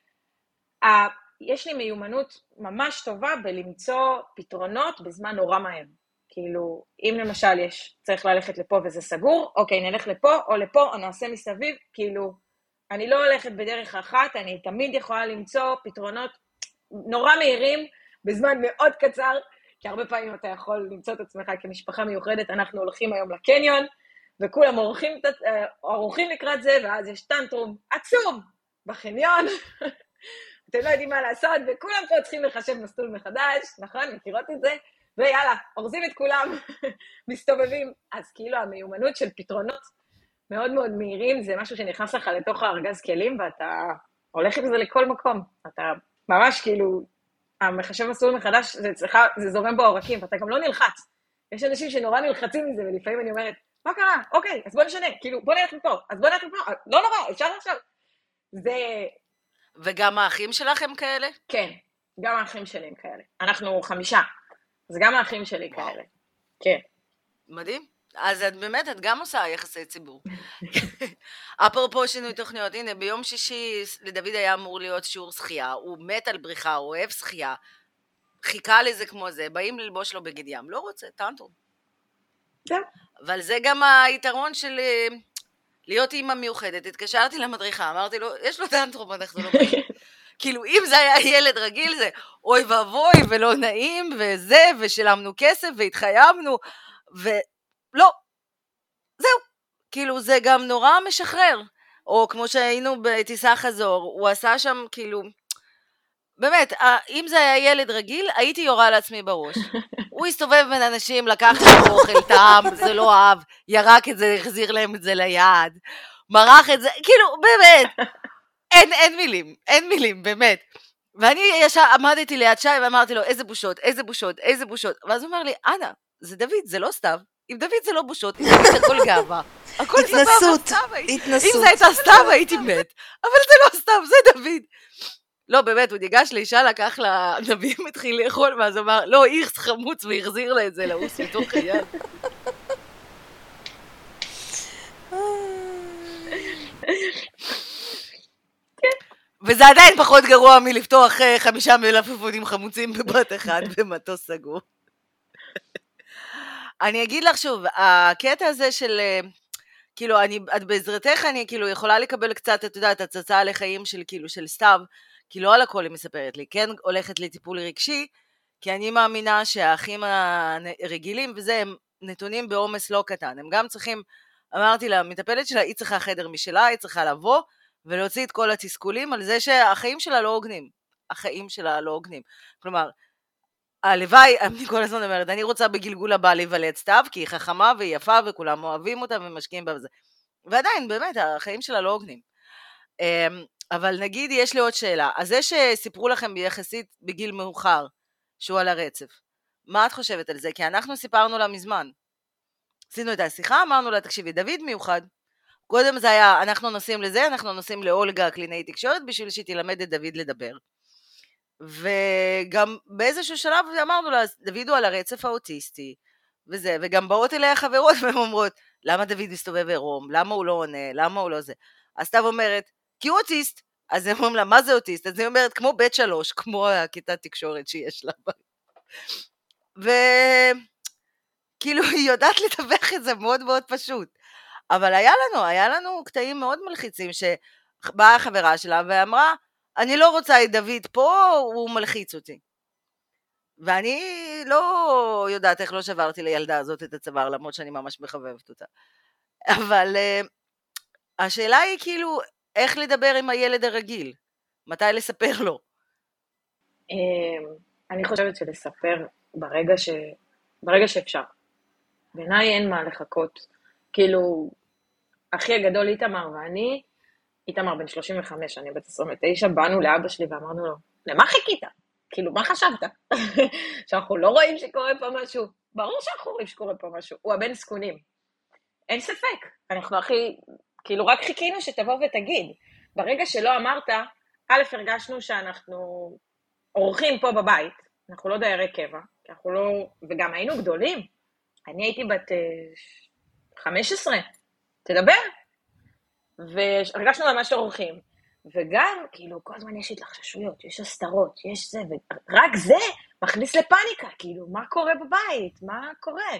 יש לי מיומנות ממש טובה בלמצוא פתרונות בזמן נורא מהר. כאילו, אם למשל צריך ללכת לפה וזה סגור, אוקיי, נלך לפה או לפה, או נעשה מסביב, כאילו, אני לא הולכת בדרך אחת, אני תמיד יכולה למצוא פתרונות נורא מהירים, בזמן מאוד קצר, כי הרבה פעמים אתה יכול למצוא את עצמך כמשפחה מיוחדת, אנחנו הולכים היום לקניון, וכולם עורכים לקראת זה, ואז יש טנטרום עצום בחניון, אתם לא יודעים מה לעשות, וכולם פה צריכים לחשב מסלול מחדש, נכון? מכירות את זה? ויאללה, אורזים את כולם, מסתובבים. אז כאילו המיומנות של פתרונות מאוד מאוד מהירים, זה משהו שנכנס לך לתוך הארגז כלים, ואתה הולך עם זה לכל מקום. אתה ממש כאילו, המחשב מסלול מחדש, זה זורם בעורקים, ואתה גם לא נלחץ. יש אנשים שנורא נלחצים מזה, ולפעמים אני אומרת, מה קרה? אוקיי, אז בוא נשנה, כאילו, בוא נלך מפה, אז בוא נלך מפה, לא נורא, אפשר עכשיו. זה... וגם האחים שלכם כאלה? כן, גם האחים שלי הם כאלה. אנחנו 5, אז גם האחים שלי כאלה. כן. מדהים. אז את באמת, את גם עושה יחסי ציבור. אפרופו שינוי תוכניות, הנה, ביום שישי לדוד היה אמור להיות שיעור שחייה, הוא מת על בריחה, הוא אוהב שחייה, חיכה לזה כמו זה, באים ללבוש לו בגד ים, לא רוצה, טנטרום. כן. אבל זה גם היתרון של להיות אימא מיוחדת. התקשרתי למדריכה, אמרתי לו, יש לו טנטרום, אנחנו לא באים. כאילו, אם זה היה ילד רגיל, זה אוי ואבוי, ולא נעים, וזה, ושילמנו כסף, והתחייבנו, ולא, זהו. כאילו, זה גם נורא משחרר. או כמו שהיינו בטיסה חזור, הוא עשה שם, כאילו, באמת, אם זה היה ילד רגיל, הייתי יורה לעצמי בראש. הוא הסתובב בין אנשים, לקח את אוכל, טעם, זה לא אהב, ירק את זה, החזיר להם את זה ליד, מרח את זה, כאילו, באמת, אין מילים, באמת. ואני ישר עמדתי ליד שי ואמרתי לו, איזה בושות, איזה בושות, איזה בושות. ואז הוא אומר לי, אנה, זה דוד, זה לא סתיו. אם דוד זה לא בושות, אם דוד זה הכל גאווה. הכל התנסות. אם זה הייתה סתיו, הייתי מת. אבל זה לא סתיו, זה דוד. לא, באמת, הוא ניגש לאישה, לקח לה, נביא מתחיל לאכול, ואז אמר, לא, איכס חמוץ, והחזיר לה את זה לעוס מתוך היד. וזה עדיין פחות גרוע מלפתוח 5 מלפפונים חמוצים בבת אחד במטוס סגור. אני אגיד לך שוב, הקטע הזה של, כאילו, את בעזרתך אני כאילו יכולה לקבל קצת, את יודעת, הצצה לחיים של כאילו של סתיו, כי לא על הכל היא מספרת לי, כן הולכת לטיפול רגשי, כי אני מאמינה שהאחים הרגילים וזה הם נתונים בעומס לא קטן, הם גם צריכים, אמרתי לה, המטפלת שלה, היא צריכה חדר משלה, היא צריכה לבוא ולהוציא את כל התסכולים על זה שהחיים שלה לא הוגנים, החיים שלה לא הוגנים, כלומר, הלוואי, אני כל הזמן אומרת, אני רוצה בגלגול הבא להיוולד סתיו, כי היא חכמה והיא יפה וכולם אוהבים אותה ומשקיעים בה וזה, ועדיין באמת החיים שלה לא הוגנים. אבל נגיד יש לי עוד שאלה, אז זה שסיפרו לכם ביחסית בגיל מאוחר שהוא על הרצף, מה את חושבת על זה? כי אנחנו סיפרנו לה מזמן, עשינו את השיחה, אמרנו לה תקשיבי, דוד מיוחד, קודם זה היה אנחנו נוסעים לזה, אנחנו נוסעים לאולגה קלינאי תקשורת בשביל שהיא תלמד את דוד לדבר, וגם באיזשהו שלב אמרנו לה, דוד הוא על הרצף האוטיסטי וזה, וגם באות אליה חברות והן אומרות, למה דוד מסתובב עירום, למה הוא לא עונה, למה הוא לא זה, אז סתיו אומרת, כי הוא אוטיסט, אז הם אומרים לה, מה זה אוטיסט? אז היא אומרת, כמו בית 3, כמו הכיתת תקשורת שיש לה. וכאילו היא יודעת לתווך את זה מאוד מאוד פשוט. אבל היה לנו קטעים מאוד מלחיצים, שבאה החברה שלה ואמרה, אני לא רוצה את דוד פה, הוא מלחיץ אותי. ואני לא יודעת איך לא שברתי לילדה הזאת את הצוואר, למרות שאני ממש מחבבת אותה. אבל השאלה היא כאילו, איך לדבר עם הילד הרגיל? מתי לספר לו? אני חושבת שלספר ברגע שאפשר. בעיניי אין מה לחכות. כאילו, אחי הגדול איתמר ואני, איתמר בן 35, אני בת 29, באנו לאבא שלי ואמרנו לו, למה חיכית? כאילו, מה חשבת? שאנחנו לא רואים שקורה פה משהו? ברור שאנחנו רואים שקורה פה משהו. הוא הבן זקונים. אין ספק. אנחנו כאילו רק חיכינו שתבוא ותגיד. ברגע שלא אמרת, א' הרגשנו שאנחנו אורחים פה בבית, אנחנו לא דיירי קבע, כי אנחנו לא, וגם היינו גדולים. אני הייתי בת 15, תדבר. והרגשנו ממש אורחים. וגם, כאילו, כל הזמן יש התלחששויות, יש הסתרות, יש זה, ורק זה מכניס לפאניקה, כאילו, מה קורה בבית? מה קורה?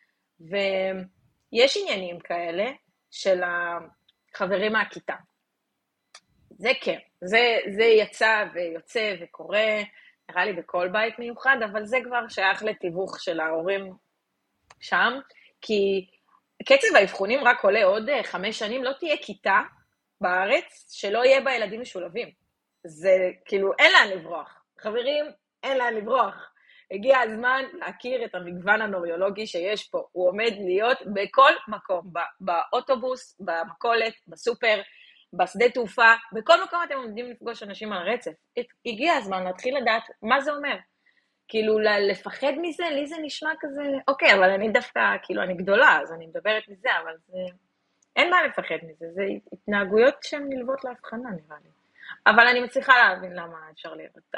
ויש עניינים כאלה של החברים מהכיתה. זה כן, זה יצא ויוצא וקורה, נראה לי בכל בית מיוחד, אבל זה כבר שייך לתיווך של ההורים שם, כי קצב האבחונים רק עולה עוד 5 שנים, לא תהיה כיתה בארץ שלא יהיה בה ילדים משולבים. זה כאילו, אין לאן לברוח. חברים, אין לאן לברוח. הגיע הזמן להכיר את המגוון הנוירולוגי שיש פה. הוא עומד להיות בכל מקום, באוטובוס, במכולת, בסופר, בשדה תעופה, בכל מקום אתם עומדים לפגוש אנשים על הרצף. הגיע הזמן להתחיל לדעת מה זה אומר. כאילו, לפחד מזה, לי זה נשמע כזה, אוקיי, אבל אני דווקא, כאילו, אני גדולה, אז אני מדברת מזה, אבל זה, אין מה לפחד מזה, זה התנהגויות שהן נלוות להבחנה, נראה לי. אבל אני מצליחה להבין למה אפשר להירתע.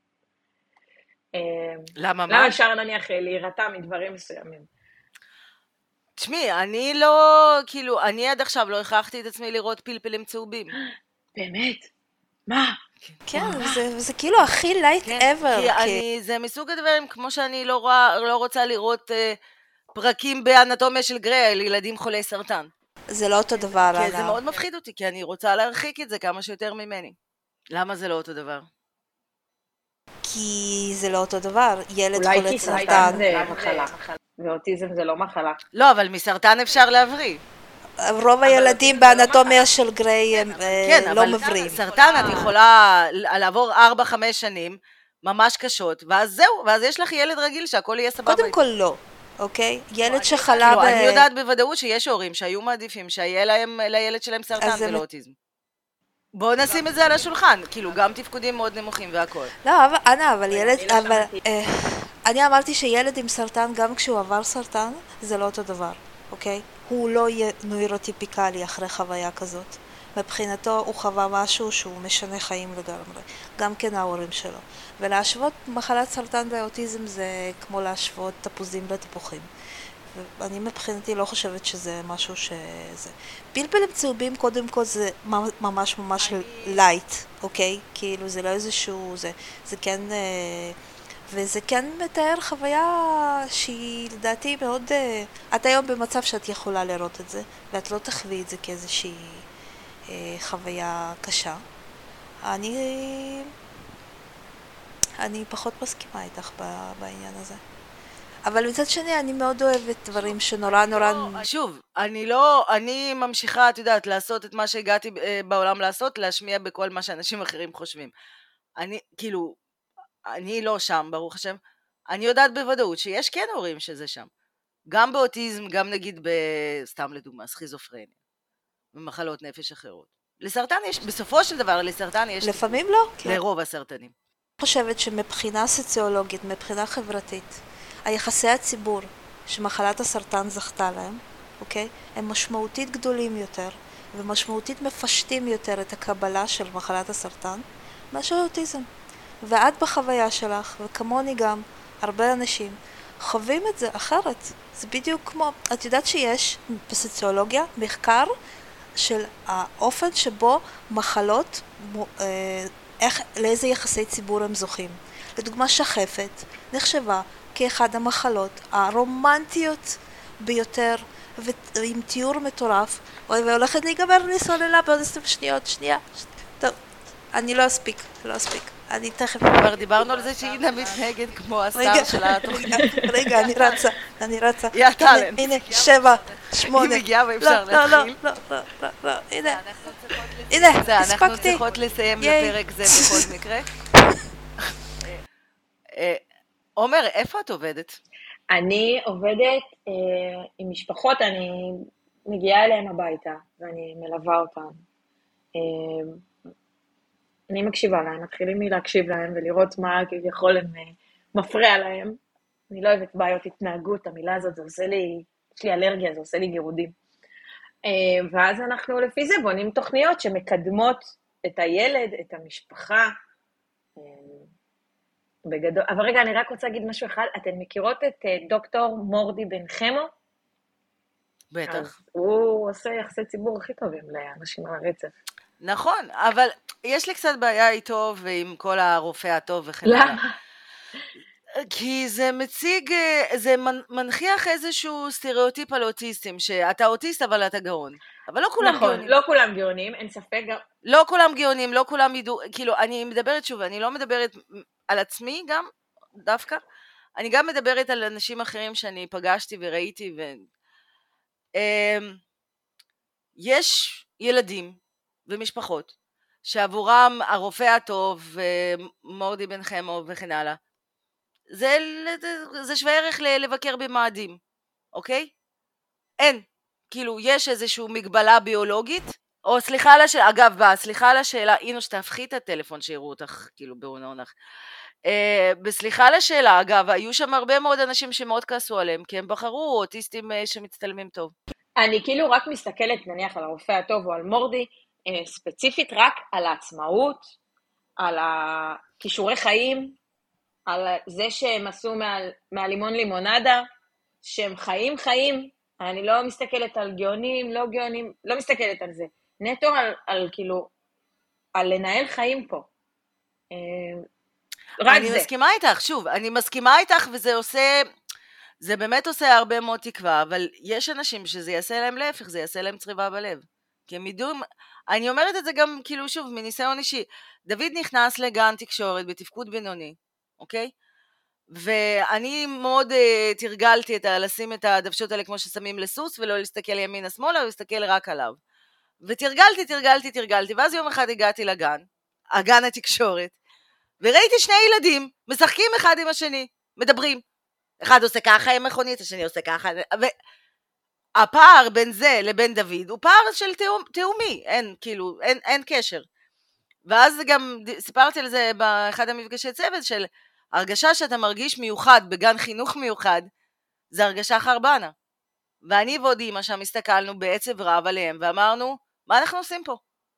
למה אפשר נניח להירתע מדברים מסוימים? תשמעי, אני לא, כאילו, אני עד עכשיו לא הכרחתי את עצמי לראות פלפלים צהובים. באמת? מה? כן, זה כאילו הכי לייט ever. זה מסוג הדברים, כמו שאני לא רוצה לראות פרקים באנטומיה של גריי, לילדים חולי סרטן. זה לא אותו דבר, אגב. זה מאוד מפחיד אותי, כי אני רוצה להרחיק את זה כמה שיותר ממני. למה זה לא אותו דבר? כי זה לא אותו דבר. ילד חולה סרטן. אולי כי סרטן זה מחלה. ואוטיזם זה לא מחלה. לא, אבל מסרטן אפשר להבריא. רוב הילדים באנטומיה של גריי הם לא מבריאים. סרטן את יכולה לעבור 4-5 שנים ממש קשות, ואז זהו, ואז יש לך ילד רגיל שהכל יהיה סבבה. קודם כל לא, אוקיי? ילד שחלה אני יודעת בוודאות שיש הורים שהיו מעדיפים שיהיה לילד שלהם סרטן ולא אוטיזם. בואו נשים את זה על השולחן, כאילו גם תפקודים מאוד נמוכים והכל. לא, אבל ילד, אני אמרתי שילד עם סרטן, גם כשהוא עבר סרטן, זה לא אותו דבר, אוקיי? הוא לא יהיה נוירוטיפיקלי אחרי חוויה כזאת. מבחינתו הוא חווה משהו שהוא משנה חיים לגמרי, גם כן ההורים שלו. ולהשוות מחלת סרטן ואוטיזם זה כמו להשוות תפוזים לתפוחים. ואני מבחינתי לא חושבת שזה משהו שזה... פלפלים צהובים קודם כל זה ממש ממש לייט, אוקיי? כאילו זה לא איזשהו... זה כן... וזה כן מתאר חוויה שהיא לדעתי מאוד... את היום במצב שאת יכולה לראות את זה, ואת לא תחווי את זה כאיזושהי חוויה קשה. אני פחות מסכימה איתך בעניין הזה. אבל מצד שני אני מאוד אוהבת דברים שנורא נורא... שוב, אני ממשיכה, את יודעת, לעשות את מה שהגעתי בעולם לעשות, להשמיע בכל מה שאנשים אחרים חושבים. אני לא שם, ברוך השם. אני יודעת בוודאות שיש כן הורים שזה שם. גם באוטיזם, גם נגיד סתם לדוגמה, סכיזופרניה. ומחלות נפש אחרות. לסרטן יש, בסופו של דבר, לסרטן יש... לפעמים לא. לרוב הסרטנים. אני חושבת שמבחינה סוציולוגית, מבחינה חברתית, היחסי הציבור שמחלת הסרטן זכתה להם, אוקיי? הם משמעותית גדולים יותר, ומשמעותית מפשטים יותר את הקבלה של מחלת הסרטן, מאשר אוטיזם. ואת בחוויה שלך, וכמוני גם, הרבה אנשים, חווים את זה אחרת. זה בדיוק כמו, את יודעת שיש בסוציולוגיה מחקר של האופן שבו מחלות, לאיזה יחסי ציבור הם זוכים. לדוגמה, שחפת נחשבה כאחד המחלות הרומנטיות ביותר, ועם תיאור מטורף, והולכת להיגמר לי סוללה בעוד 20 שניות, שנייה. טוב, אני לא אספיק. אני תכף... כבר דיברנו על זה שאינה מתנהגת כמו הסטאר של התוכנית. רגע, אני רצה. יא טלנט. הנה, 7, 8. היא מגיעה ואפשר להתחיל. לא, הנה, הספקתי. אנחנו צריכות לסיים לפרק זה בכל מקרה. עומר, איפה את עובדת? אני עובדת עם משפחות, אני מגיעה אליהם הביתה, ואני מלווה אותם. אני מקשיבה להם, מתחילים להקשיב להם ולראות מה כביכול מפריע להם. אני לא אוהבת בעיות התנהגות, המילה הזאת, זה עושה לי, יש לי אלרגיה, זה עושה לי גירודים. ואז אנחנו לפי זה בונים תוכניות שמקדמות את הילד, את המשפחה, בגדול. אבל רגע, אני רק רוצה להגיד משהו אחד, אתן מכירות את דוקטור מורדי בן חמו? בטח. אז הוא עושה יחסי ציבור הכי טובים לאנשים על הרצף. נכון, אבל יש לי קצת בעיה איתו ועם כל הרופא הטוב וכן הלאה. למה? כי זה מציג, זה מנחיח איזשהו סטריאוטיפ על אוטיסטים, שאתה אוטיסט אבל אתה גאון. אבל לא כולם נכון, גאונים. לא כולם גאונים, אין ספק. לא כולם גאונים, לא כולם ידעו, כאילו אני מדברת שוב, אני לא מדברת על עצמי גם, דווקא. אני גם מדברת על אנשים אחרים שאני פגשתי וראיתי, יש ילדים ומשפחות שעבורם הרופא הטוב ומורדי בן חמו וכן הלאה, זה שווה ערך לבקר במאדים, אוקיי? אין, כאילו יש איזושהי מגבלה ביולוגית, או סליחה על השאלה, אגב, סליחה על השאלה, אינו שתהפכי את הטלפון שיראו אותך, כאילו בעונך. בסליחה על השאלה, אגב, היו שם הרבה מאוד אנשים שמאוד כעסו עליהם, כי הם בחרו אוטיסטים שמצטלמים טוב. אני כאילו רק מסתכלת נניח על הרופא הטוב או על מורדי, ספציפית רק על העצמאות, על הכישורי חיים, על זה שהם עשו מהלימון לימונדה, שהם חיים, אני לא מסתכלת על גאונים, לא גאונים, לא מסתכלת על זה. נטו על כאילו, על לנהל חיים פה. רק אני זה. מסכימה איתך, שוב, אני מסכימה איתך וזה עושה, זה באמת עושה הרבה מאוד תקווה, אבל יש אנשים שזה יעשה להם להפך, זה יעשה להם צריבה בלב. כי הם ידעו, אני אומרת את זה גם כאילו שוב, מניסיון אישי, דוד נכנס לגן תקשורת בתפקוד בינוני, אוקיי? ואני מאוד תרגלתי לשים את הדוושות האלה כמו ששמים לסוס, ולא להסתכל ימינה שמאלה, ולהסתכל רק עליו. ותרגלתי, ואז יום אחד הגעתי לגן, הגן התקשורת, וראיתי שני ילדים, משחקים אחד עם השני, מדברים. אחד עושה ככה עם מכונית, השני עושה ככה, והפער בין זה לבין דוד, הוא פער של תאומי, אין קשר. ואז גם סיפרתי על זה באחד המפגשי צוות של, הרגשה שאתה מרגיש מיוחד בגן חינוך מיוחד, זה הרגשה חרבנה. ואני ועוד אמא שם הסתכלנו בעצב רב עליהם, ואמרנו, מה אנחנו עושים פה?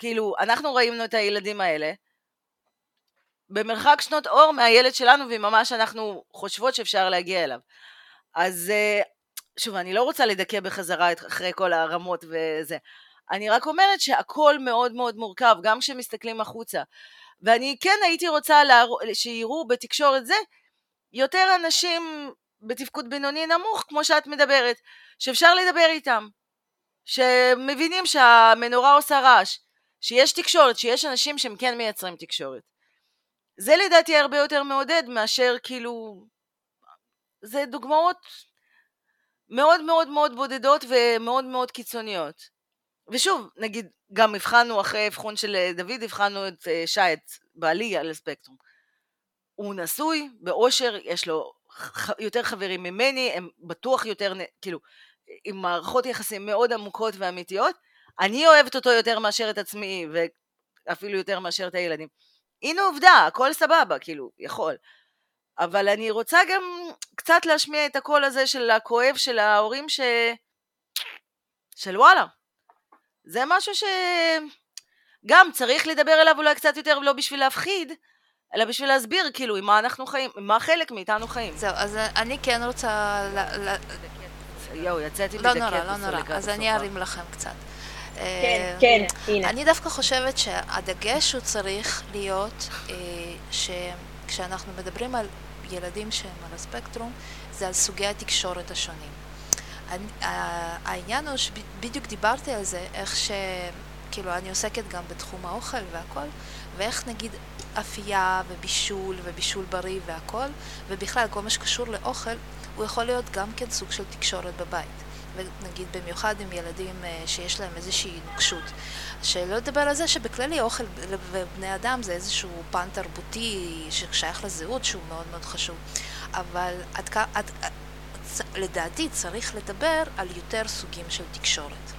כאילו, אנחנו ראינו את הילדים האלה, במרחק שנות אור מהילד שלנו, וממש אנחנו חושבות שאפשר להגיע אליו. אז שוב, אני לא רוצה לדכא בחזרה אחרי כל הרמות וזה. אני רק אומרת שהכל מאוד מאוד מורכב, גם כשמסתכלים החוצה. ואני כן הייתי רוצה שיראו בתקשורת זה, יותר אנשים בתפקוד בינוני נמוך, כמו שאת מדברת, שאפשר לדבר איתם, שמבינים שהמנורה עושה רעש, שיש תקשורת, שיש אנשים שהם כן מייצרים תקשורת. זה לדעתי הרבה יותר מעודד מאשר כאילו, זה דוגמאות מאוד מאוד מאוד בודדות ומאוד מאוד קיצוניות. ושוב, נגיד, גם הבחנו אחרי הבחון של דוד, הבחנו את שי, את בעלי על הספקטרום. הוא נשוי, באושר, יש לו יותר חברים ממני, הם בטוח יותר, כאילו, עם מערכות יחסים מאוד עמוקות ואמיתיות. אני אוהבת אותו יותר מאשר את עצמי, ואפילו יותר מאשר את הילדים. הנה עובדה, הכל סבבה, כאילו, יכול. אבל אני רוצה גם קצת להשמיע את הקול הזה של הכואב של ההורים של וואלה. זה משהו שגם צריך לדבר אליו אולי קצת יותר, לא בשביל להפחיד, אלא בשביל להסביר כאילו עם מה אנחנו חיים, עם מה חלק מאיתנו חיים. זהו, אז אני כן רוצה... יצאתי לא בדקת. לא נורא, אז אני ארים לכם קצת. כן, הנה. אני דווקא חושבת שהדגש הוא צריך להיות שכשאנחנו מדברים על ילדים שהם על הספקטרום, זה על סוגי התקשורת השונים. העניין הוא שבדיוק דיברתי על זה, איך כאילו אני עוסקת גם בתחום האוכל והכל, ואיך נגיד אפייה ובישול בריא והכל, ובכלל כל מה שקשור לאוכל, הוא יכול להיות גם כן סוג של תקשורת בבית. ונגיד במיוחד עם ילדים שיש להם איזושהי נוקשות. שלא לדבר על זה שבכללי אוכל ובני אדם זה איזשהו פן תרבותי ששייך לזהות שהוא מאוד מאוד חשוב. אבל לדעתי צריך לדבר על יותר סוגים של תקשורת.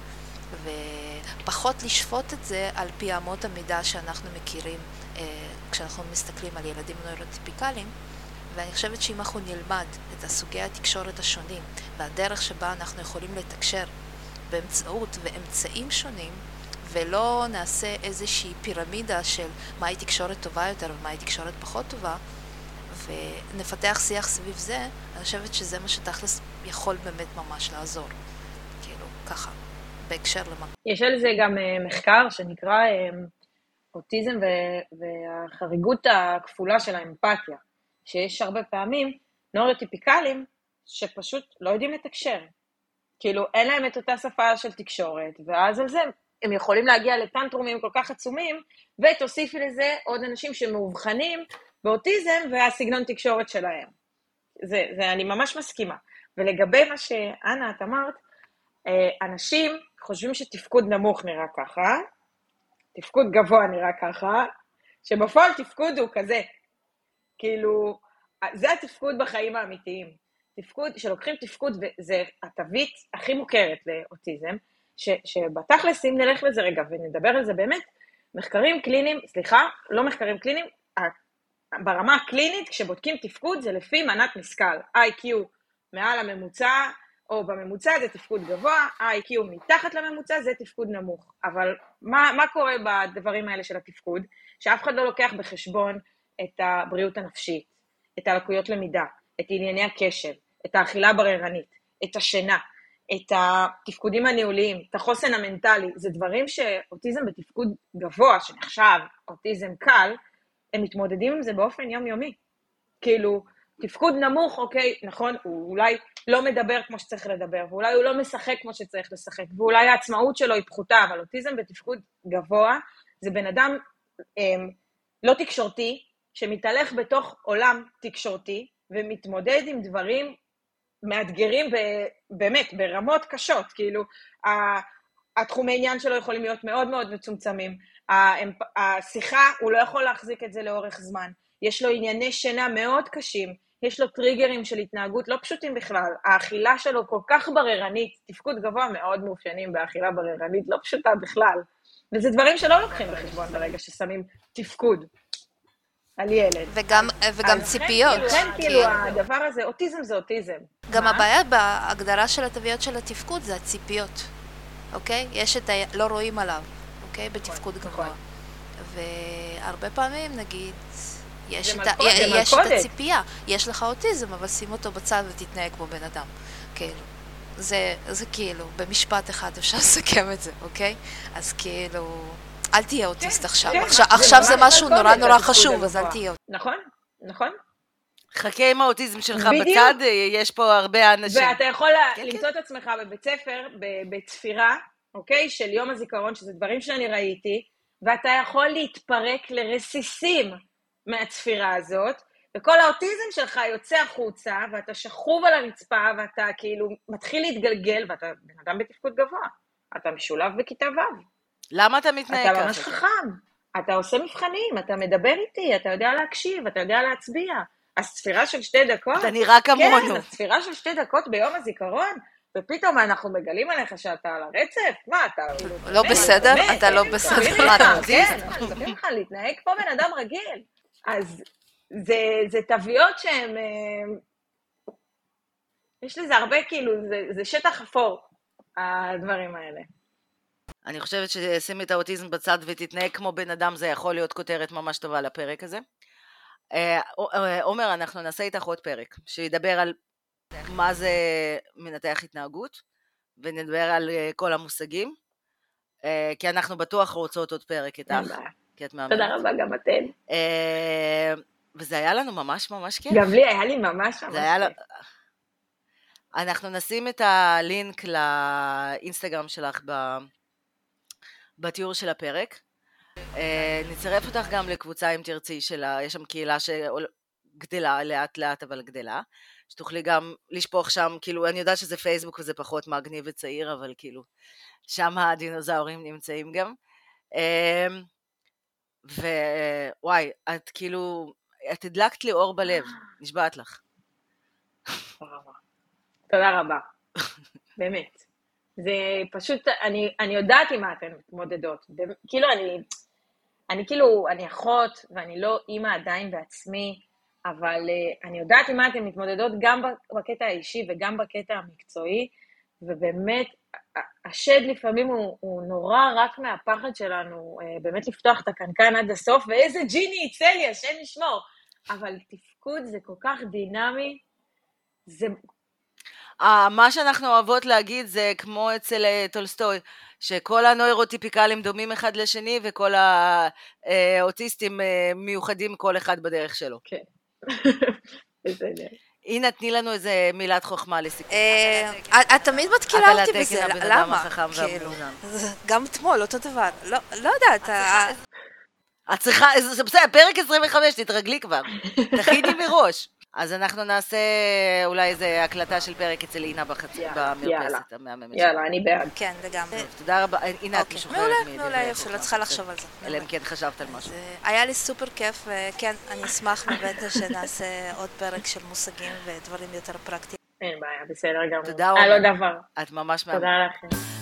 ופחות לשפוט את זה על פי אמות המידה שאנחנו מכירים כשאנחנו מסתכלים על ילדים נוירוטיפיקליים. ואני חושבת שאם אנחנו נלמד את הסוגי התקשורת השונים והדרך שבה אנחנו יכולים לתקשר באמצעות ואמצעים שונים, ולא נעשה איזושהי פירמידה של מהי תקשורת טובה יותר ומהי תקשורת פחות טובה, ונפתח שיח סביב זה, אני חושבת שזה מה שתכלס יכול באמת ממש לעזור. כאילו, ככה, בהקשר למה. יש על זה גם מחקר שנקרא אוטיזם והחריגות הכפולה של האמפתיה. שיש הרבה פעמים נוירוטיפיקלים שפשוט לא יודעים לתקשר. כאילו, אין להם את אותה שפה של תקשורת, ואז על זה הם יכולים להגיע לטנטרומים כל כך עצומים, ותוסיפי לזה עוד אנשים שמאובחנים באוטיזם והסגנון תקשורת שלהם. זה אני ממש מסכימה. ולגבי מה שאנה, את אמרת, אנשים חושבים שתפקוד נמוך נראה ככה, תפקוד גבוה נראה ככה, שבפועל תפקוד הוא כזה. כאילו, זה התפקוד בחיים האמיתיים. תפקוד, שלוקחים תפקוד, וזה התווית הכי מוכרת לאוטיזם, שבתכלס, אם נלך לזה רגע ונדבר על זה באמת, מחקרים קליניים, לא מחקרים קליניים, ברמה הקלינית, כשבודקים תפקוד, זה לפי מנת משכל. IQ מעל הממוצע, או בממוצע זה תפקוד גבוה, IQ מתחת לממוצע זה תפקוד נמוך. אבל מה קורה בדברים האלה של התפקוד? שאף אחד לא לוקח בחשבון את הבריאות הנפשית, את הלקויות למידה, את ענייני הקשב, את האכילה בררנית, את השינה, את התפקודים הניהוליים, את החוסן המנטלי. זה דברים שאוטיזם בתפקוד גבוה, שנחשב אוטיזם קל, הם מתמודדים עם זה באופן יומיומי. כאילו, תפקוד נמוך, אוקיי, נכון, הוא אולי לא מדבר כמו שצריך לדבר, ואולי הוא לא משחק כמו שצריך לשחק, ואולי העצמאות שלו היא פחותה, אבל אוטיזם בתפקוד גבוה, זה בן אדם לא תקשורתי, שמתהלך בתוך עולם תקשורתי, ומתמודד עם דברים מאתגרים באמת, ברמות קשות, כאילו, התחומי עניין שלו יכולים להיות מאוד מאוד מצומצמים, השיחה, הוא לא יכול להחזיק את זה לאורך זמן, יש לו ענייני שינה מאוד קשים, יש לו טריגרים של התנהגות לא פשוטים בכלל, האכילה שלו כל כך בררנית, תפקוד גבוה מאוד מאופיינים באכילה בררנית, לא פשוטה בכלל, וזה דברים שלא לוקחים בחשבון ברגע ששמים תפקוד על ילד. וגם ציפיות. כן, כאילו, הדבר הזה, אוטיזם זה אוטיזם. גם הבעיה בהגדרה של התוויות של התפקוד זה הציפיות, אוקיי? יש את לא רואים עליו, אוקיי? בתפקוד גבוה. והרבה פעמים, נגיד, יש את הציפייה, יש לך אוטיזם, אבל שים אותו בצד ותתנהג כמו בן אדם. כאילו, זה כאילו, במשפט אחד אפשר לסכם את זה, אוקיי? אז כאילו, אל תהיה אוטיסט עכשיו. עכשיו זה משהו נורא נורא חשוב, אז אל תהיה אוטיסט. נכון, נכון. חכה עם האוטיזם שלך בצד, יש פה הרבה אנשים. ואתה יכול למצוא את עצמך בבית ספר, בצפירה, אוקיי? של יום הזיכרון, שזה דברים שאני ראיתי, ואתה יכול להתפרק לרסיסים מהצפירה הזאת, וכל האוטיזם שלך יוצא החוצה, ואתה שכוב על הרצפה, ואתה כאילו מתחיל להתגלגל, ואתה בן אדם בתפקוד גבוה. אתה משולב בכיתה ו'. למה אתה מתנהג ככה? אתה ממש חכם, אתה עושה מבחנים, אתה מדבר איתי, אתה יודע להקשיב, אתה יודע להצביע. הספירה של 2 דקות... אתה נראה כמונו. כן, הספירה של 2 דקות ביום הזיכרון, ופתאום אנחנו מגלים עליך שאתה על הרצף? מה, אתה... לא בסדר? אתה לא בסדר? מה, אתה מזיז? אנחנו צריכים לך להתנהג כמו בן אדם רגיל. אז זה תוויות שהן... יש לזה הרבה, כאילו, זה שטח אפור, הדברים האלה. אני חושבת ששים את האוטיזם בצד ותתנהג כמו בן אדם, זה יכול להיות כותרת ממש טובה לפרק הזה. עומר, אנחנו נעשה איתך עוד פרק, שידבר על מה זה מנתח התנהגות, ונדבר על כל המושגים, כי אנחנו בטוח רוצות עוד פרק איתך, כי את מאמנת. תודה רבה, גם אתן. וזה היה לנו ממש ממש כיף. גם לי היה לי ממש ממש כיף. אנחנו נשים את הלינק לאינסטגרם שלך בתיאור של הפרק. נצרף אותך גם לקבוצה אם תרצי שלה, יש שם קהילה שגדלה לאט לאט אבל גדלה, שתוכלי גם לשפוך שם, כאילו אני יודעת שזה פייסבוק וזה פחות מגניב וצעיר, אבל כאילו שם הדינוזאורים נמצאים גם. ווואי, את כאילו, את הדלקת לי אור בלב, נשבעת לך. תודה רבה, באמת. זה פשוט, אני יודעת עם מה אתן מתמודדות, כאילו אני אחות ואני לא אימא עדיין בעצמי, אבל אני יודעת עם מה אתן מתמודדות גם בקטע האישי וגם בקטע המקצועי, ובאמת השד לפעמים הוא נורא רק מהפחד שלנו, באמת לפתוח את הקנקן עד הסוף, ואיזה ג'יני יצא לי, השם ישמור, אבל תפקוד זה כל כך דינמי, זה... מה שאנחנו אוהבות להגיד זה כמו אצל טולסטוי, שכל הנוירוטיפיקלים דומים אחד לשני, וכל האוטיסטים מיוחדים כל אחד בדרך שלו. כן, בסדר. הנה, תני לנו איזה מילת חוכמה לסיכום. את תמיד מתקילה אותי בזה, למה? גם אתמול, אותו דבר. לא יודעת. את צריכה, זה בסדר, פרק 25, תתרגלי כבר. תכיני מראש. אז אנחנו נעשה אולי איזה הקלטה של פרק אצל אינה במרפסת המהממת. יאללה, אני בעד. כן, לגמרי. תודה רבה. אינה, את משוחררת. מעולה, יופי, לא צריכה לחשוב על זה. אלא אם כן חשבת על משהו. היה לי סופר כיף, וכן, אני אשמח באמת שנעשה עוד פרק של מושגים ודברים יותר פרקטיים. אין בעיה, בסדר גמור. תודה רבה. לא דבר. את ממש תודה לכם.